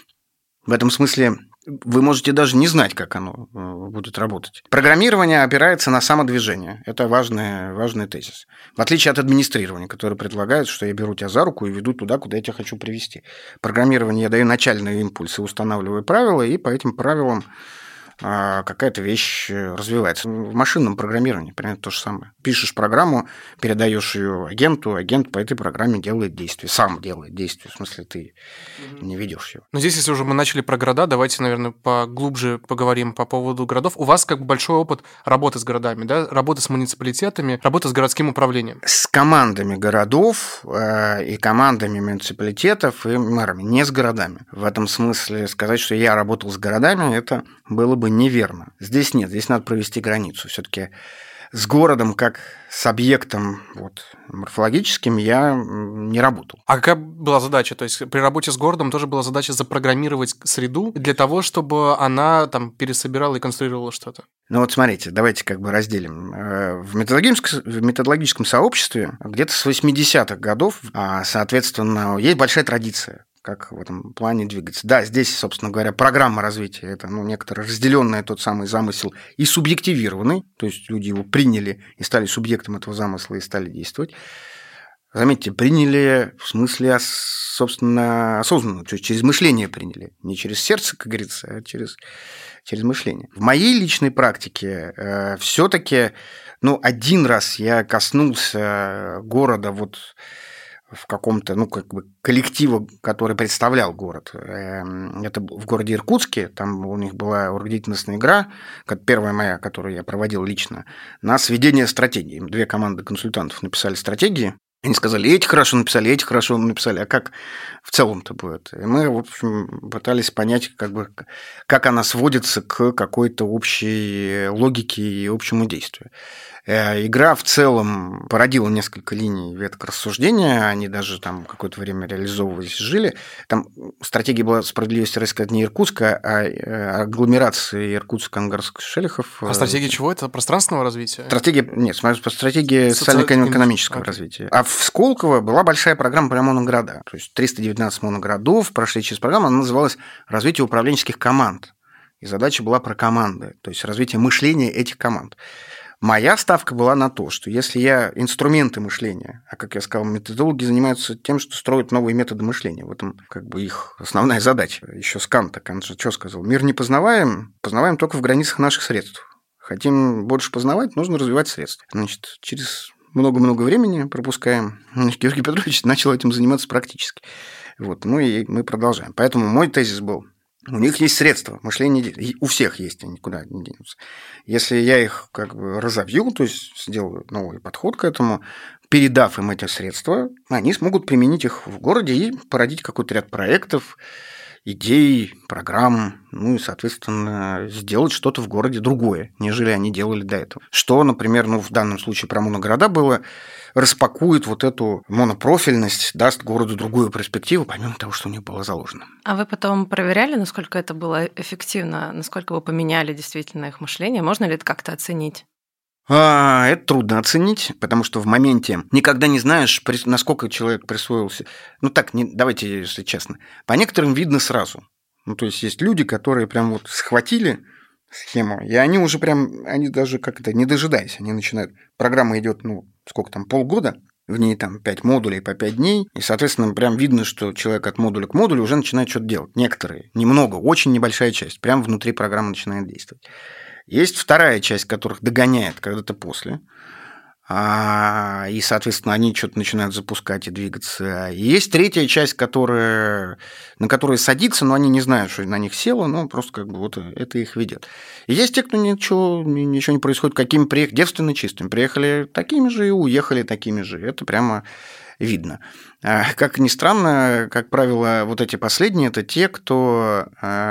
В этом смысле вы можете даже не знать, как оно будет работать. Программирование опирается на самодвижение. Это важный, важный тезис. В отличие от администрирования, которое предлагает, что я беру тебя за руку и веду туда, куда я тебя хочу привести. Программирование я даю начальные импульсы, устанавливаю правила, и по этим правилам какая-то вещь развивается. В машинном программировании примерно то же самое. Пишешь программу, передаешь ее агенту, агент по этой программе делает действие, сам делает действие, в смысле ты mm-hmm. не ведешь его. Но здесь, если уже мы начали про города, давайте, наверное, поглубже поговорим по поводу городов. У вас как бы большой опыт работы с городами, да? Работы с муниципалитетами, работы с городским управлением. С командами городов э, и командами муниципалитетов и мэрами, не с городами. В этом смысле сказать, что я работал с городами, это было бы неверно. Здесь нет, здесь надо провести границу. Все-таки с городом, как с объектом вот, морфологическим, я не работал. А какая была задача? То есть при работе с городом тоже была задача запрограммировать среду для того, чтобы она там пересобирала и конструировала что-то? Ну вот смотрите, давайте как бы разделим. В методологическом, в методологическом сообществе где-то с восьмидесятых годов, соответственно, есть большая традиция, как в этом плане двигаться. Да, здесь, собственно говоря, программа развития – это ну, некоторый разделенный тот самый замысел и субъективированный, то есть люди его приняли и стали субъектом этого замысла и стали действовать. Заметьте, приняли в смысле, собственно, осознанно, то есть через мышление приняли, не через сердце, как говорится, а через, через мышление. В моей личной практике э, все-таки, ну, один раз я коснулся города вот в каком-то, ну, как бы коллектива, который представлял город. Это в городе Иркутске, там у них была руководительная игра, как первая моя, которую я проводил лично, на сведение стратегии. Две команды консультантов написали стратегии, они сказали, эти хорошо написали, эти хорошо написали, а как в целом-то будет? И мы, в общем, пытались понять, как бы, как она сводится к какой-то общей логике и общему действию. Игра в целом породила несколько линий веток рассуждения, они даже там какое-то время реализовывались, жили. Там стратегия была, справедливости рассказать, не Иркутска, а агломерации Иркутск-Ангарск-Шелихов. А стратегия чего? Это пространственного развития? Стратегия, нет, стратегия социально-экономического развития. А в Сколково была большая программа про моногорода. То есть триста девятнадцать моногородов прошли через программу, она называлась «Развитие управленческих команд». И задача была про команды, то есть развитие мышления этих команд. Моя ставка была на то, что если я инструменты мышления, а, как я сказал, методологи занимаются тем, что строят новые методы мышления, в этом как бы их основная задача. Еще с Канта, Кант же что сказал? Мир не познаваем, познаваем только в границах наших средств. Хотим больше познавать, нужно развивать средства. Значит, через много-много времени пропускаем. Значит, Георгий Петрович начал этим заниматься практически. Вот, ну и мы продолжаем. Поэтому мой тезис был, У них есть средства, мышление у всех есть, они никуда не денутся. Если я их как бы разовью, то есть сделаю новый подход к этому, передав им эти средства, они смогут применить их в городе и породить какой-то ряд проектов, идей, программ, ну и, соответственно, сделать что-то в городе другое, нежели они делали до этого. Что, например, ну, в данном случае про моногорода было, распакует вот эту монопрофильность, даст городу другую перспективу, помимо того, что у них было заложено. А вы потом проверяли, насколько это было эффективно, насколько вы поменяли действительно их мышление? Можно ли это как-то оценить? А, это трудно оценить, потому что в моменте никогда не знаешь, насколько человек присвоился. Ну так, не, давайте, если честно. По некоторым видно сразу. Ну, то есть есть люди, которые прям вот схватили схему, и они уже прям, они даже как-то не дожидаясь, они начинают. Программа идет, ну, сколько там, полгода, в ней там пять модулей по пять дней, и, соответственно, прям видно, что человек от модуля к модулю уже начинает что-то делать. Некоторые, немного, очень небольшая часть, прям внутри программы начинает действовать. Есть вторая часть, которых догоняет когда-то после, и, соответственно, они что-то начинают запускать и двигаться. И есть третья часть, которая, на которую садится, но они не знают, что на них село, но просто как бы вот это их ведет. И есть те, кто ничего, ничего не происходит, какими приехали, девственно чистыми. Приехали такими же и уехали такими же. Это прямо видно. Как ни странно, как правило, вот эти последние – это те, кто...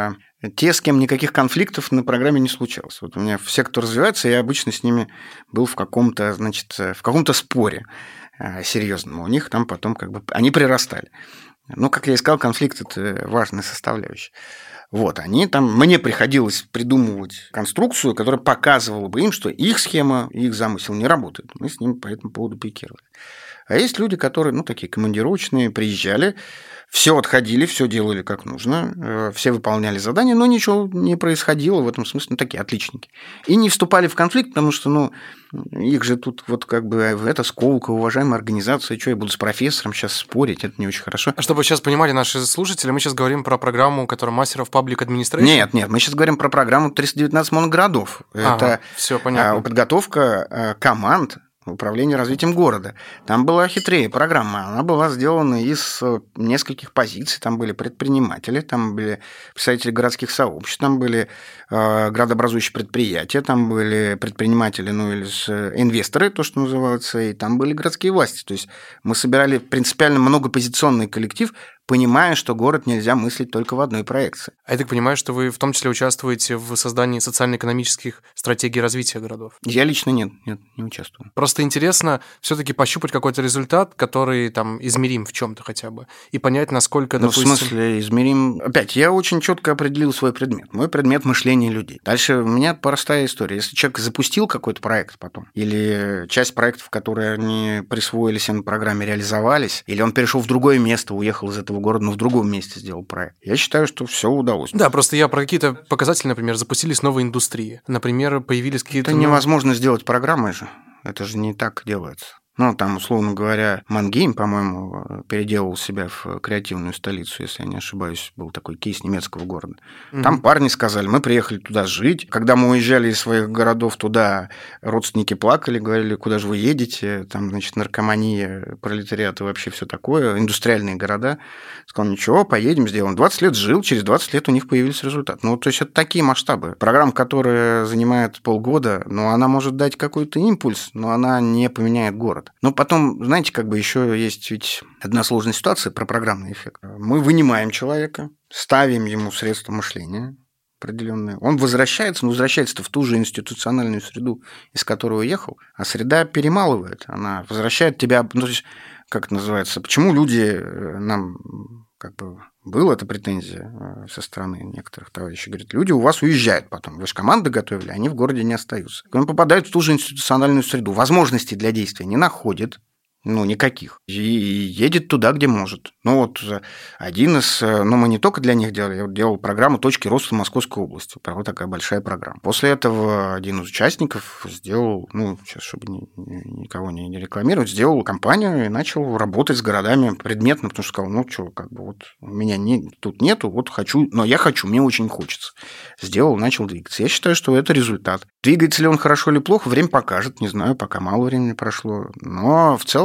Те, с кем никаких конфликтов на программе не случалось. Вот у меня все, кто развивается, я обычно с ними был в каком-то, значит, в каком-то споре серьезном. У них там потом как бы... Они прирастали. Ну, как я и сказал, конфликт – это важная составляющая. Вот, они там... Мне приходилось придумывать конструкцию, которая показывала бы им, что их схема, их замысел не работает. Мы с ними по этому поводу пикировали. А есть люди, которые, ну, такие командировочные, приезжали, все отходили, все делали как нужно, все выполняли задания, но ничего не происходило в этом смысле, ну, такие отличники. И не вступали в конфликт, потому что, ну, их же тут вот как бы, это Сколково, уважаемая организация, что я буду с профессором сейчас спорить, это не очень хорошо. А чтобы вы сейчас понимали, наши слушатели, мы сейчас говорим про программу, которая Master of Public Administration? Нет, нет, мы сейчас говорим про программу триста девятнадцать моногородов. Ага, это все понятно. Подготовка команд, управление развитием города. Там была хитрее программа. Она была сделана из нескольких позиций. Там были предприниматели, там были представители городских сообществ, там были э, градообразующие предприятия, там были предприниматели, ну или инвесторы, то, что называется, и там были городские власти. То есть мы собирали принципиально многопозиционный коллектив, понимая, что город нельзя мыслить только в одной проекции. А я так понимаю, что вы в том числе участвуете в создании социально-экономических стратегий развития городов? Я лично нет, нет, не участвую. Просто интересно все-таки пощупать какой-то результат, который там измерим в чем-то хотя бы, и понять, насколько, ну, допустим... в смысле измерим... Опять, я очень четко определил свой предмет. Мой предмет – мышление людей. Дальше у меня простая история. Если человек запустил какой-то проект потом, или часть проектов, которые они присвоились на программе, реализовались, или он перешел в другое место, уехал из этого города, но в другом месте сделал проект. Я считаю, что все удалось. Да, просто я про какие-то показатели, например, запустились новые индустрии. Например, появились какие-то... Это невозможно сделать программой же. Это же не так делается. Ну, там, условно говоря, Мангейм, по-моему, переделал себя в креативную столицу, если я не ошибаюсь, был такой кейс немецкого города. Mm-hmm. Там парни сказали, мы приехали туда жить. Когда мы уезжали из своих городов туда, родственники плакали, говорили, куда же вы едете, там, значит, наркомания, пролетариат и вообще все такое, индустриальные города. Сказал, ничего, поедем, сделаем. двадцать лет жил, через двадцать лет у них появился результат. Ну, то есть это такие масштабы. Программа, которая занимает полгода, ну, она может дать какой-то импульс, но она не поменяет город. Но потом, знаете, как бы еще есть ведь одна сложная ситуация про программный эффект. Мы вынимаем человека, ставим ему средства мышления определенные. Он возвращается, но возвращается в ту же институциональную среду, из которой уехал, а среда перемалывает, она возвращает тебя... Ну, то есть, как это называется? Почему люди нам... как бы была эта претензия со стороны некоторых товарищей. Говорят, люди у вас уезжают потом. Вы же команды готовили, они в городе не остаются. Он попадает в ту же институциональную среду. Возможностей для действия не находит. Ну, никаких. И едет туда, где может. Ну, вот один из... Ну, мы не только для них делали. Я делал программу «Точки роста Московской области». Вот такая большая программа. После этого один из участников сделал... Ну, сейчас, чтобы ни, никого не рекламировать, сделал компанию и начал работать с городами предметно, потому что сказал, ну, что, как бы вот меня не, тут нету, вот хочу... Но я хочу, мне очень хочется. Сделал, начал двигаться. Я считаю, что это результат. Двигается ли он хорошо или плохо, время покажет. Не знаю, пока мало времени прошло. Но в целом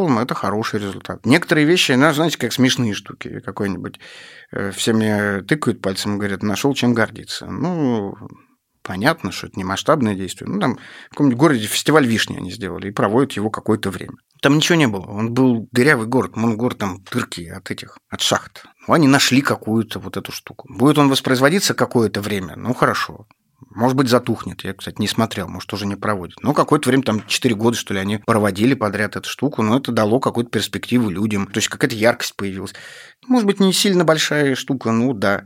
целом это хороший результат. Некоторые вещи, ну, знаете, как смешные штуки какой-нибудь. Все мне тыкают пальцем и говорят, нашел чем гордиться. Ну, понятно, что это не масштабное действие. Ну, там в каком-нибудь городе фестиваль вишни они сделали и проводят его какое-то время. Там ничего не было. Он был дырявый город. Он город там дырки от этих, от шахт. Ну, они нашли какую-то вот эту штуку. Будет он воспроизводиться какое-то время? Ну, хорошо. Может быть, затухнет. Я, кстати, не смотрел, может, тоже не проводят. Но какое-то время, там, четыре года, что ли, они проводили подряд эту штуку, но это дало какую-то перспективу людям. То есть, какая-то яркость появилась. Может быть, не сильно большая штука, ну да.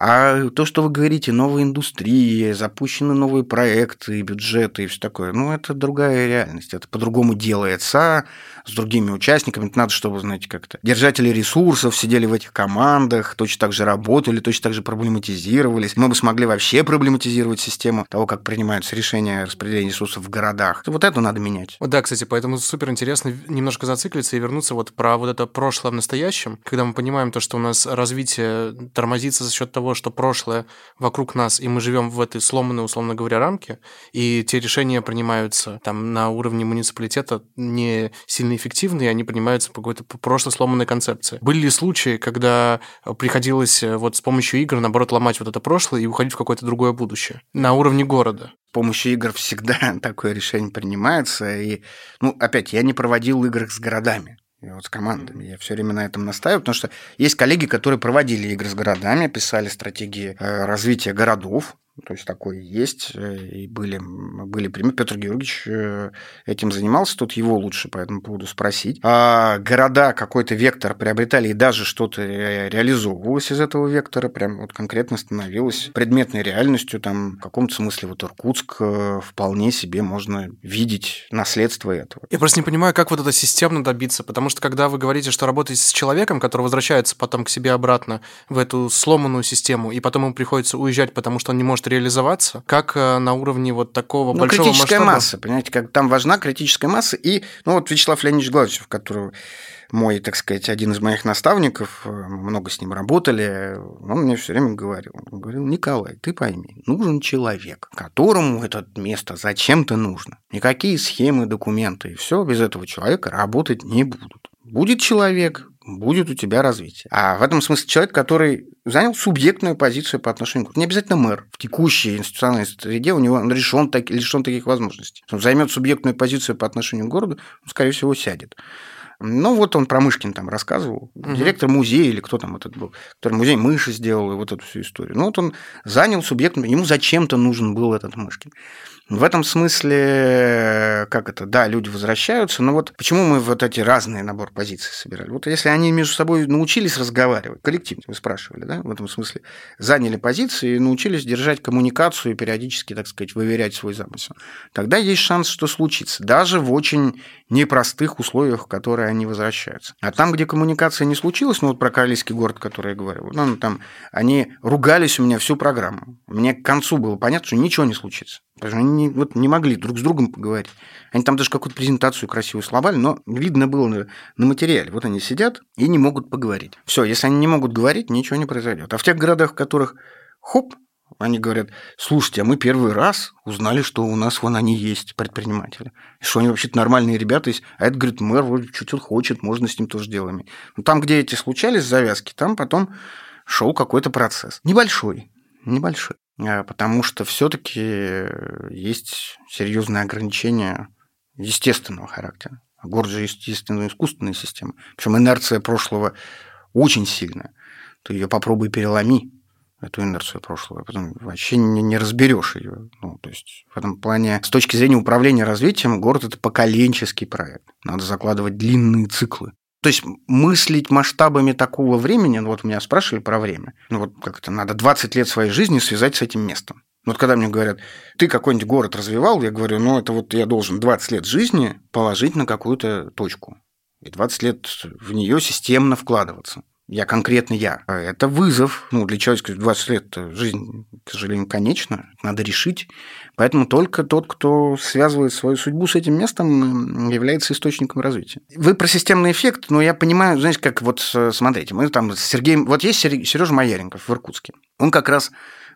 А то, что вы говорите, новая индустрия, запущены новые проекты, бюджеты и все такое, ну, это другая реальность. Это по-другому делается, с другими участниками. Это надо, чтобы, знаете, как-то держатели ресурсов сидели в этих командах, точно так же работали, точно так же проблематизировались. Мы бы смогли вообще проблематизировать систему того, как принимаются решения распределения ресурсов в городах. Вот это надо менять. Да, кстати, поэтому супер интересно немножко зациклиться и вернуться вот про вот это прошлое в настоящем, когда мы понимаем то, что у нас развитие тормозится за счет того, что прошлое вокруг нас, и мы живем в этой сломанной, условно говоря, рамке, и те решения принимаются там на уровне муниципалитета не сильно эффективны, и они принимаются по какой-то прошлой сломанной концепции. Были ли случаи, когда приходилось вот с помощью игр, наоборот, ломать вот это прошлое и уходить в какое-то другое будущее на уровне города? С помощью игр всегда такое решение принимается. И, ну, опять, я не проводил игр с городами. Вот с командами. Я все время на этом настаиваю, потому что есть коллеги, которые проводили игры с городами, писали стратегии развития городов. То есть такое есть. И были, были примеры. Петр Георгиевич этим занимался. Тут его лучше по этому поводу спросить. А города какой-то вектор приобретали, и даже что-то реализовывалось из этого вектора. Прям вот конкретно становилось предметной реальностью. Там в каком-то смысле вот Иркутск вполне себе можно видеть наследство этого. Я просто не понимаю, как вот это системно добиться. Потому что когда вы говорите, что работаете с человеком, который возвращается потом к себе обратно в эту сломанную систему, и потом ему приходится уезжать, потому что он не может реализоваться, как на уровне вот такого ну, большого масштаба? Критическая масса, понимаете, как там важна критическая масса. И, ну, вот Вячеслав Леонидович Гладышев, который мой, так сказать, один из моих наставников, мы много с ним работали, он мне все время говорил, он говорил, Николай, ты пойми, нужен человек, которому это место зачем-то нужно. Никакие схемы, документы и все без этого человека работать не будут. Будет человек, будет у тебя развитие. А в этом смысле человек, который занял субъектную позицию по отношению к... Не обязательно мэр. В текущей институциональной среде у него он лишен, так... лишен таких возможностей. Он займет субъектную позицию по отношению к городу, он, скорее всего, сядет. Ну, вот он про Мышкин там рассказывал, угу. Директор музея, или кто там этот был, который музей мыши сделал, и вот эту всю историю. Ну, вот он занял субъектную... Ему зачем-то нужен был этот Мышкин. В этом смысле, как это, да, люди возвращаются, но вот почему мы вот эти разные набор позиций собирали? Вот если они между собой научились разговаривать, коллективно, вы спрашивали, да, в этом смысле, заняли позиции и научились держать коммуникацию и периодически, так сказать, выверять свой замысел, тогда есть шанс, что случится, даже в очень непростых условиях, в которые они возвращаются. А там, где коммуникация не случилась, ну вот про Королевский город, который я говорил, ну, там они ругались у меня всю программу. Мне к концу было понятно, что ничего не случится. Потому что они не, вот, не могли друг с другом поговорить. Они там даже какую-то презентацию красивую сломали, но видно было на, на материале. Вот они сидят и не могут поговорить. Все, если они не могут говорить, ничего не произойдет. А в тех городах, в которых хоп, они говорят, слушайте, а мы первый раз узнали, что у нас вон они есть, предприниматели. И что они вообще-то нормальные ребята есть. А это, говорит, мэр вроде чуть-чуть хочет, можно с ним тоже делаем. Но там, где эти случались завязки, там потом шел какой-то процесс. Небольшой, небольшой. Потому что все-таки есть серьезные ограничения естественного характера. Город же естественно искусственная система. Причем инерция прошлого очень сильная. Ты ее попробуй переломи, эту инерцию прошлого, потом вообще не, не разберешь ее. Ну, то есть в этом плане, с точки зрения управления развитием, город это поколенческий проект. Надо закладывать длинные циклы. То есть мыслить масштабами такого времени, ну вот меня спрашивали про время, ну вот как-то надо двадцать лет своей жизни связать с этим местом. Вот когда мне говорят, ты какой-нибудь город развивал, я говорю, ну это вот я должен двадцать лет жизни положить на какую-то точку. И двадцать лет в нее системно вкладываться. Я конкретно я. Это вызов. Ну, для человека двадцать лет жизнь, к сожалению, конечна. Надо решить. Поэтому только тот, кто связывает свою судьбу с этим местом, является источником развития. Вы про системный эффект, но я понимаю, знаете, как вот, смотрите, мы там с Сергеем... Вот есть Сережа Маяренков в Иркутске. Он как раз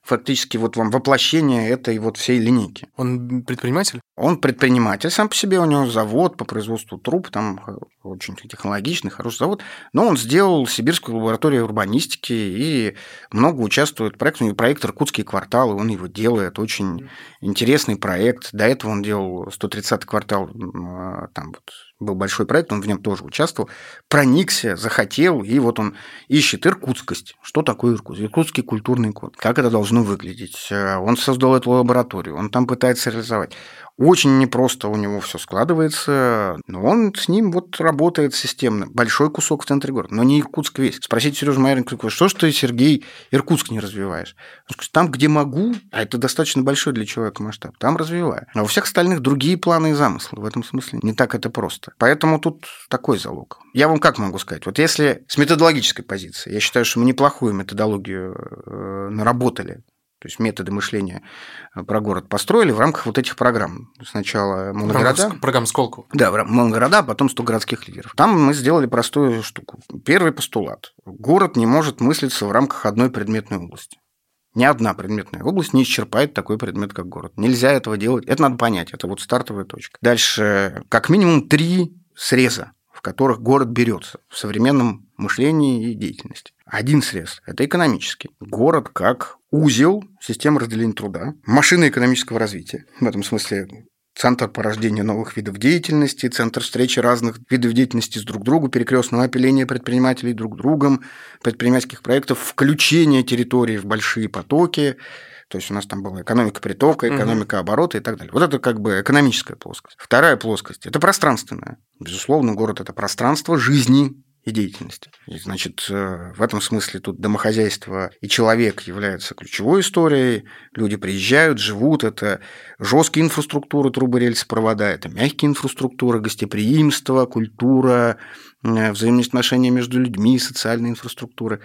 фактически вот вам воплощение этой вот всей линейки. Он предприниматель? Он предприниматель сам по себе, у него завод по производству труб, там очень технологичный, хороший завод, но он сделал Сибирскую лабораторию урбанистики и много участвует в проектах. У него проект «Иркутские кварталы», он его делает, очень интересный проект. До этого он делал сто тридцатый квартал, там вот был большой проект, он в нем тоже участвовал, проникся, захотел, и вот он ищет иркутскость. Что такое Иркутск? Иркутский культурный код. Как это должно выглядеть? Он создал эту лабораторию, он там пытается реализовать. Очень непросто у него все складывается, но он с ним вот работает системно. Большой кусок в центре города, но не Иркутск весь. Спросите Сережу Майоренко, что ж ты, Сергей, Иркутск не развиваешь? Он скажет, там, где могу, а это достаточно большой для человека масштаб, там развиваю. А у всех остальных другие планы и замыслы. В этом смысле не так это просто. Поэтому тут такой залог. Я вам как могу сказать? Вот если с методологической позиции, я считаю, что мы неплохую методологию наработали, то есть методы мышления про город построили в рамках вот этих программ. Сначала моногорода. Программ Сколково. Да, моногорода, а потом сто городских лидеров. Там мы сделали простую штуку. Первый постулат. Город не может мыслиться в рамках одной предметной области. Ни одна предметная область не исчерпает такой предмет, как город. Нельзя этого делать. Это надо понять. Это вот стартовая точка. Дальше, как минимум, три среза, в которых город берется в современном мышлении и деятельности. Один срез – это экономический. Город как узел системы разделения труда, машина экономического развития. В этом смысле центр порождения новых видов деятельности, центр встречи разных видов деятельности с друг другом, перекрестного опиления предпринимателей друг другом, предпринимательских проектов, включение территории в большие потоки. То есть у нас там была экономика притока, экономика угу. оборота и так далее. Вот это как бы экономическая плоскость. Вторая плоскость – это пространственная. Безусловно, город – это пространство жизни и деятельности. И, значит, в этом смысле тут домохозяйство и человек являются ключевой историей. Люди приезжают, живут. Это жесткие инфраструктуры, трубы, рельсы, провода. Это мягкие инфраструктуры, гостеприимство, культура, взаимоотношения между людьми, социальные инфраструктуры.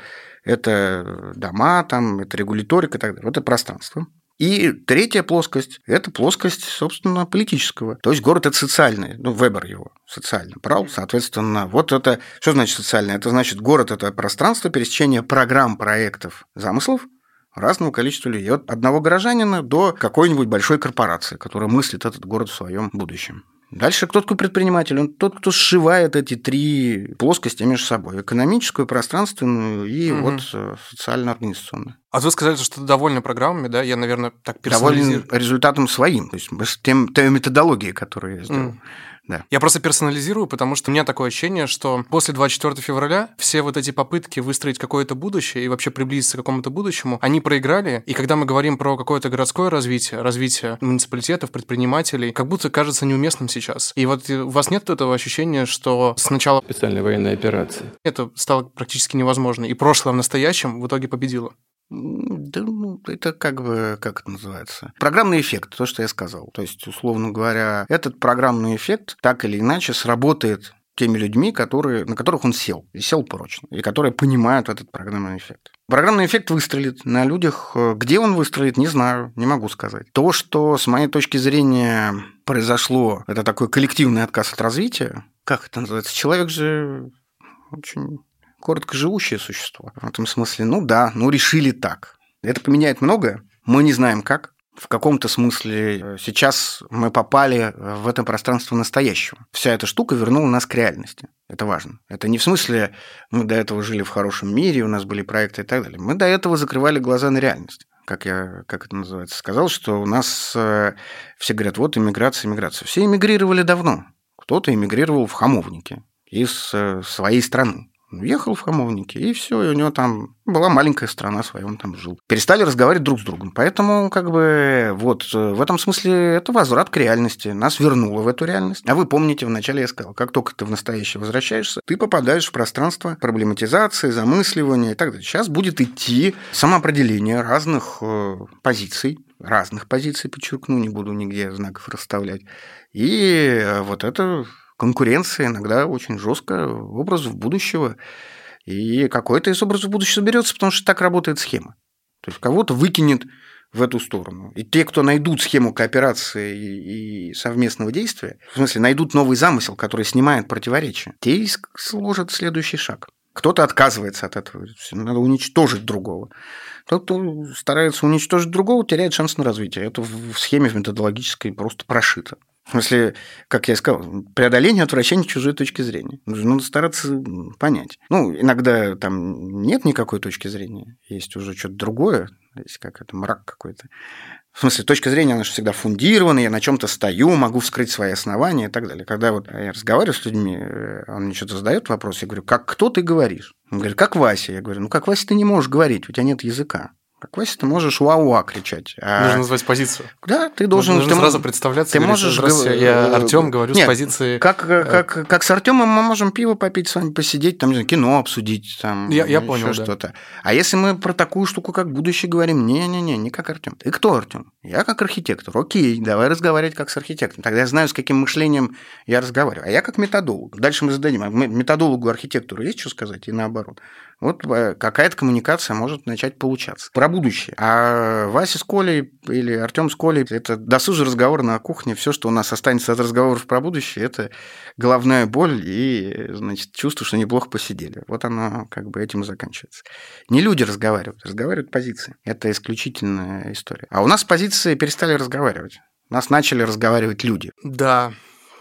Это дома, там, это регуляторика и так далее. Вот это пространство. И третья плоскость – это плоскость, собственно, политического. То есть город – это социальный, ну, Вебер его социально брал, соответственно, вот это… Что значит социальное? Это значит, город – это пространство пересечения программ, проектов, замыслов разного количества людей. От одного горожанина до какой-нибудь большой корпорации, которая мыслит этот город в своем будущем. Дальше кто такой предприниматель? Он тот, кто сшивает эти три плоскости между собой. Экономическую, пространственную и угу. вот социально-организационную. А вы сказали, что довольны программами, да? Я, наверное, так персонализирую. Доволен результатом своим, то есть тем, той методологией, которую я сделал. Mm. Да. Я просто персонализирую, потому что у меня такое ощущение, что после двадцать четвёртого февраля все вот эти попытки выстроить какое-то будущее и вообще приблизиться к какому-то будущему, они проиграли. И когда мы говорим про какое-то городское развитие, развитие муниципалитетов, предпринимателей, как будто кажется неуместным сейчас. И вот у вас нет этого ощущения, что сначала специальной военной операции это стало практически невозможно, и прошлое в настоящем в итоге победило? Да, ну, это как бы, как это называется? Программный эффект, то, что я сказал. То есть, условно говоря, этот программный эффект так или иначе сработает теми людьми, которые, на которых он сел, и сел прочно, и которые понимают этот программный эффект. Программный эффект выстрелит на людях. Где он выстрелит, не знаю, не могу сказать. То, что, с моей точки зрения, произошло, это такой коллективный отказ от развития. Как это называется? Человек же очень... короткоживущее существо. В этом смысле, ну да, ну решили так. Это поменяет многое. Мы не знаем как. В каком-то смысле сейчас мы попали в это пространство настоящего. Вся эта штука вернула нас к реальности. Это важно. Это не в смысле, мы до этого жили в хорошем мире, у нас были проекты и так далее. Мы до этого закрывали глаза на реальность. Как я, как это называется, сказал, что у нас все говорят, вот иммиграция, иммиграция. Все эмигрировали давно. Кто-то эмигрировал в Хамовнике из своей страны. Уехал в Хамовники, и все, и у него там была маленькая страна своя, он там жил. Перестали разговаривать друг с другом. Поэтому, как бы, вот, в этом смысле это возврат к реальности. Нас вернуло в эту реальность. А вы помните, вначале я сказал, как только ты в настоящее возвращаешься, ты попадаешь в пространство проблематизации, замысливания и так далее. Сейчас будет идти самоопределение разных позиций, разных позиций, подчеркну, не буду нигде знаков расставлять. И вот это... конкуренция иногда очень жесткая, образов будущего. И какой-то из образов будущего берется, потому что так работает схема. То есть кого-то выкинет в эту сторону. И те, кто найдут схему кооперации и совместного действия, в смысле, найдут новый замысел, который снимает противоречия, те и сложат следующий шаг. Кто-то отказывается от этого. Надо уничтожить другого. Тот, кто старается уничтожить другого, теряет шанс на развитие. Это в схеме в методологической просто прошито. В смысле, как я сказал, преодоление отвращения чужой точки зрения. Надо стараться понять. Ну, иногда там нет никакой точки зрения, есть уже что-то другое, есть как это, мрак какой-то. В смысле, точка зрения, она же всегда фундирована, я на чем-то стою, могу вскрыть свои основания и так далее. Когда вот я разговариваю с людьми, он мне что-то задает вопрос, я говорю, как кто ты говоришь? Он говорит, как Вася. Я говорю, ну как Вася ты не можешь говорить, у тебя нет языка. Как Вася, ты можешь уа-уа кричать. А... Нужно назвать позицию. Да, ты должен... Нужно ты сразу представляться. Ты говорить, можешь... Здравствуйте, я Артем, говорю Нет, с позиции... Как, как, как с Артемом мы можем пиво попить с вами, посидеть, там, не знаю, кино обсудить, там, я, я еще понял, да. что-то. А если мы про такую штуку, как будущее, говорим, не-не-не, не как Артем. Ты кто, Артем? Я как архитектор. Окей, давай разговаривать как с архитектором. Тогда я знаю, с каким мышлением я разговариваю. А я как методолог. Дальше мы зададим. А методологу, архитектору есть что сказать? И наоборот. Вот какая-то коммуникация может начать получаться. Про будущее. А Вася с Колей или Артем с Колей – это досужий разговор на кухне. Все, что у нас останется от разговоров про будущее, это головная боль и, значит, чувство, что неплохо посидели. Вот оно как бы этим и заканчивается. Не люди разговаривают, разговаривают позиции. Это исключительная история. А у нас позиции перестали разговаривать. У нас начали разговаривать люди. Да.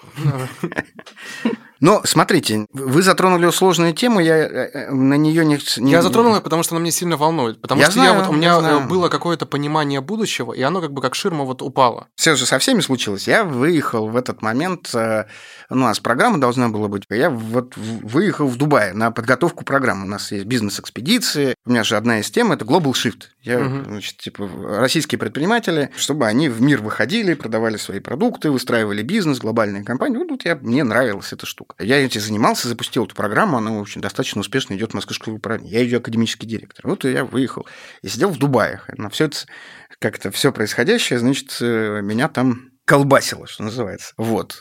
Но смотрите, вы затронули сложную тему, я на нее не... Я затронул ее, потому что она меня сильно волнует. Потому я что знаю, я, вот, у меня знаю. было какое-то понимание будущего, и оно как бы как ширма вот упало. Все же со всеми случилось. Я выехал в этот момент, у нас программа должна была быть, я вот выехал в Дубай на подготовку программы. У нас есть бизнес-экспедиции, у меня же одна из тем – это Global Shift. Я, угу. значит, типа, российские предприниматели, чтобы они в мир выходили, продавали свои продукты, выстраивали бизнес, глобальные компании. Вот тут я, мне нравилась эта штука. Я этим занимался, запустил эту программу, она, в общем, достаточно успешно идет в Московской школе управления. Я ее академический директор. Вот я выехал и сидел в Дубае. На все это, как-то все происходящее, значит, меня там колбасило, что называется. Вот.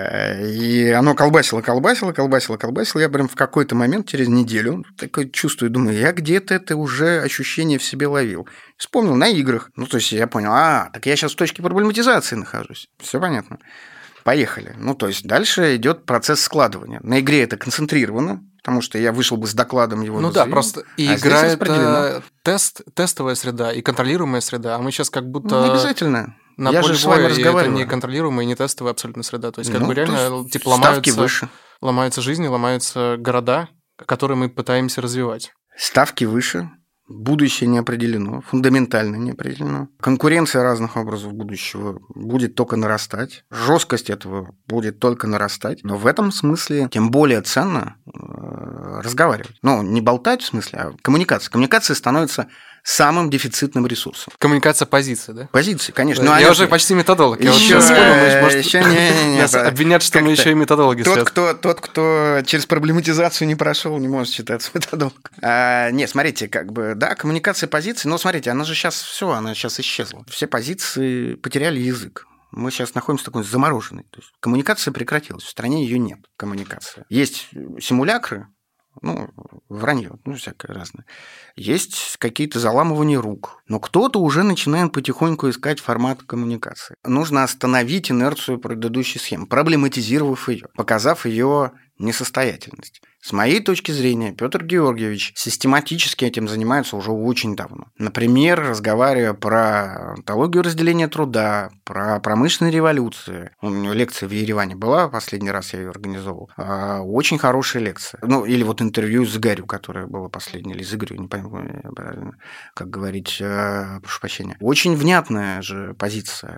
И оно колбасило, колбасило, колбасило, колбасило. Я прям в какой-то момент, через неделю, такое чувствую, думаю, я где-то это уже ощущение в себе ловил. Вспомнил на играх. Ну, то есть я понял, а, так я сейчас в точке проблематизации нахожусь. Все понятно. Поехали. Ну, то есть дальше идет процесс складывания. На игре это концентрировано, потому что я вышел бы с докладом его. Ну да, просто и а игра это тест, тестовая среда и контролируемая среда, а мы сейчас как будто... Ну, не обязательно. На я поле же с вами боя, разговариваю. Это не контролируемая и не тестовая абсолютно среда. То есть как ну, бы реально есть, типа ломаются, выше. ломаются жизни, ломаются города, которые мы пытаемся развивать. Ставки выше. Будущее не определено, фундаментально не определено. Конкуренция разных образов будущего будет только нарастать. Жесткость этого будет только нарастать. Но в этом смысле тем более ценно разговаривать. Ну, не болтать в смысле, а коммуникация. Коммуникация становится самым дефицитным ресурсом. Коммуникация позиции, да? Позиции, конечно. Да, ну, я они... уже почти методолог. Я еще, вот сейчас вспомнил, может, еще не, не, не, нас обвинят, что мы еще и методологи. Тот кто, тот, кто через проблематизацию не прошел, не может считаться методологом. А, нет, смотрите, как бы, да, коммуникация позиций, но смотрите, она же сейчас все, она сейчас исчезла. Все позиции потеряли язык. Мы сейчас находимся в такой замороженной. То есть коммуникация прекратилась, в стране ее нет, коммуникация. Есть симулякры, ну, вранье, ну, всякое разное. Есть какие-то заламывания рук. Но кто-то уже начинает потихоньку искать формат коммуникации. Нужно остановить инерцию предыдущей схемы, проблематизировав ее, показав ее несостоятельность. С моей точки зрения, Петр Георгиевич систематически этим занимается уже очень давно. Например, разговаривая про онтологию разделения труда, про промышленные революции. У него лекция в Ереване была, последний раз я ее организовал. Очень хорошая лекция. Ну, или вот интервью с Игорю, которое было последнее, или с Игорем, не пойму, как говорить, прошу прощения. Очень внятная же позиция.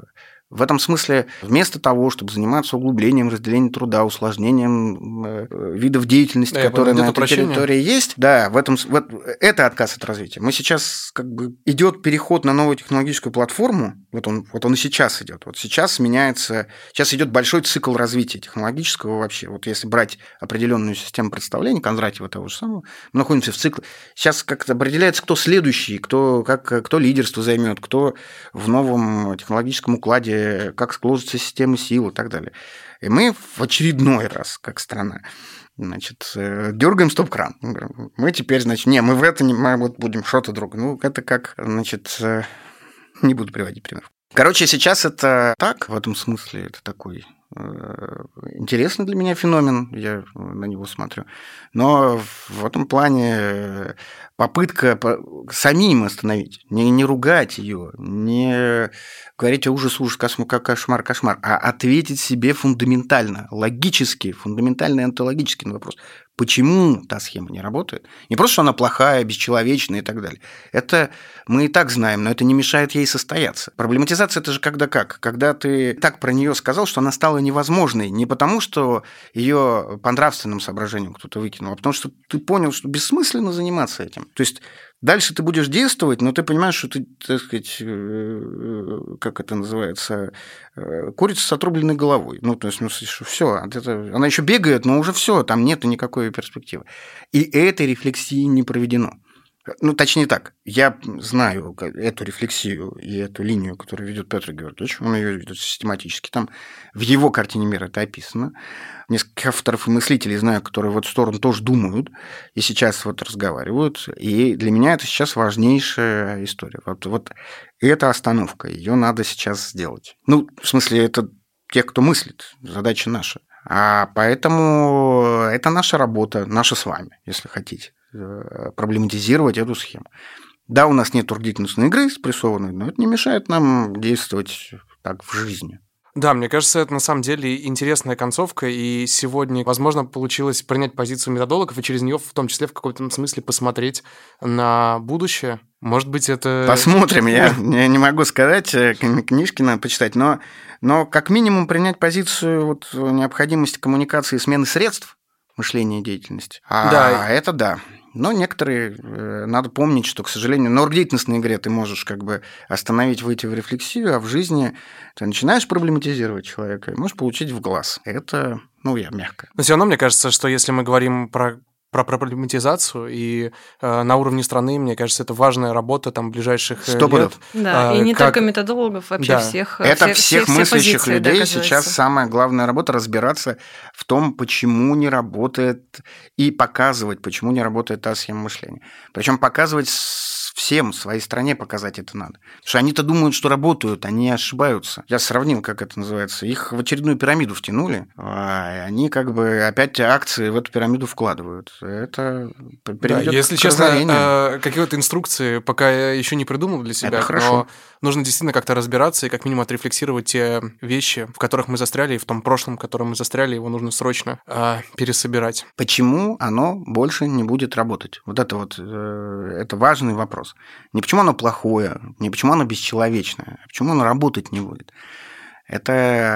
В этом смысле, вместо того, чтобы заниматься углублением разделения труда, усложнением видов деятельности, да, которые на этой территории есть, да, в этом, в, это отказ от развития. Мы сейчас, как бы, идет переход на новую технологическую платформу, вот он, вот он и сейчас идет. Вот сейчас меняется, сейчас идет большой цикл развития технологического вообще. Вот если брать определенную систему представления, Кондратьева того же самого, мы находимся в цикле. Сейчас как-то определяется, кто следующий, кто, как, кто лидерство займет, кто в новом технологическом укладе, как сложится система сил и так далее. И мы в очередной раз, как страна, значит, дергаем стоп-кран. Мы теперь, значит, не, мы в это не, мы вот будем что-то другое. Ну, это как, значит, не буду приводить пример. Короче, сейчас это так, в этом смысле, это такой интересный для меня феномен, я на него смотрю. Но в этом плане попытка самим остановить, не, не ругать ее, не говорить ужас, ужас, кошмар, кошмар, а ответить себе фундаментально, логически, фундаментально и онтологически на вопрос, почему та схема не работает. Не просто, что она плохая, бесчеловечная и так далее. Это мы и так знаем, но это не мешает ей состояться. Проблематизация – это же когда как? Когда ты так про нее сказал, что она стала невозможной. Не потому, что ее по нравственным соображениям кто-то выкинул, а потому что ты понял, что бессмысленно заниматься этим. То есть дальше ты будешь действовать, но ты понимаешь, что ты, так сказать, как это называется, курица с отрубленной головой. Ну, то есть, ну, все, это, она еще бегает, но уже все, там нет никакой перспективы. И этой рефлексии не проведено. Ну, точнее так, я знаю эту рефлексию и эту линию, которую ведет Петр Георгиевич, он ее ведет систематически, там в его картине мира это описано. Несколько авторов и мыслителей знаю, которые в эту сторону тоже думают и сейчас вот разговаривают, и для меня это сейчас важнейшая история. Вот, вот эта остановка, ее надо сейчас сделать. Ну, в смысле, это те, кто мыслит, задача наша. А поэтому это наша работа, наша с вами, если хотите, проблематизировать эту схему. Да, у нас нет урдительностной игры спрессованной, но это не мешает нам действовать так в жизни. Да, мне кажется, это на самом деле интересная концовка, и сегодня, возможно, получилось принять позицию методологов и через нее в том числе в каком-то смысле посмотреть на будущее. Может быть, это... Посмотрим, я, я не могу сказать, книжки надо почитать, но, но как минимум принять позицию вот, необходимости коммуникации и смены средств мышления и деятельности. А да. это да. Но некоторые, надо помнить, что, к сожалению, на урдительностной игре ты можешь как бы остановить, выйти в рефлексию, а в жизни ты начинаешь проблематизировать человека и можешь получить в глаз. Это, ну, я мягко. Но все равно, мне кажется, что если мы говорим про про проблематизацию, и э, на уровне страны, мне кажется, это важная работа там ближайших Сто лет. Да, э, и не как... только методологов, вообще да. всех. Это все, всех все, мыслящих все людей да, сейчас самая главная работа — разбираться в том, почему не работает, и показывать, почему не работает та схема мышления. Причем показывать всем, своей стране показать это надо. Потому что они-то думают, что работают, они ошибаются. Я сравнил, как это называется. Их в очередную пирамиду втянули, а они как бы опять акции в эту пирамиду вкладывают. Это приведет да, если к честно, разорению. Какие-то инструкции пока я еще не придумал для себя, но нужно действительно как-то разбираться и как минимум отрефлексировать те вещи, в которых мы застряли, и в том прошлом, в котором мы застряли, его нужно срочно э, пересобирать. Почему оно больше не будет работать? Вот это вот э, это важный вопрос. Не почему оно плохое, не почему оно бесчеловечное, а почему оно работать не будет. Это,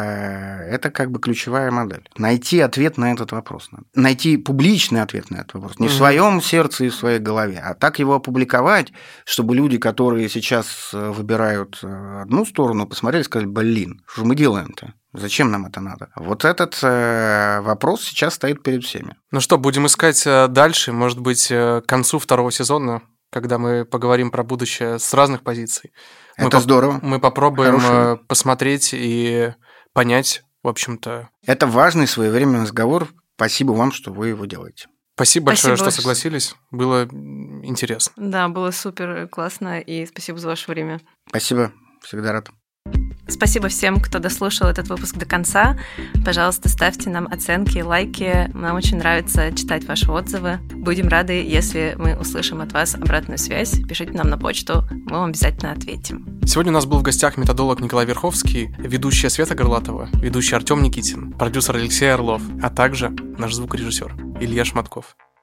это как бы ключевая модель. Найти ответ на этот вопрос. Надо. Найти публичный ответ на этот вопрос. Не mm-hmm. в своем сердце и в своей голове, а так его опубликовать, чтобы люди, которые сейчас выбирают одну сторону, посмотрели и сказали: блин, что же мы делаем-то? Зачем нам это надо? Вот этот э, вопрос сейчас стоит перед всеми. Ну что, будем искать дальше, может быть, к концу второго сезона, когда мы поговорим про будущее с разных позиций. Это мы здорово. Мы попробуем Хороший. посмотреть и понять, в общем-то. Это важный своевременный разговор. Спасибо вам, что вы его делаете. Спасибо большое, спасибо что согласились. Было интересно. Да, было супер классно, и спасибо за ваше время. Спасибо, всегда рад. Спасибо всем, кто дослушал этот выпуск до конца. Пожалуйста, ставьте нам оценки, лайки. Нам очень нравится читать ваши отзывы. Будем рады, если мы услышим от вас обратную связь. Пишите нам на почту, мы вам обязательно ответим. Сегодня у нас был в гостях методолог Николай Верховский, ведущая Света Горлатова, ведущий Артем Никитин, продюсер Алексей Орлов, а также наш звукорежиссер Илья Шматков.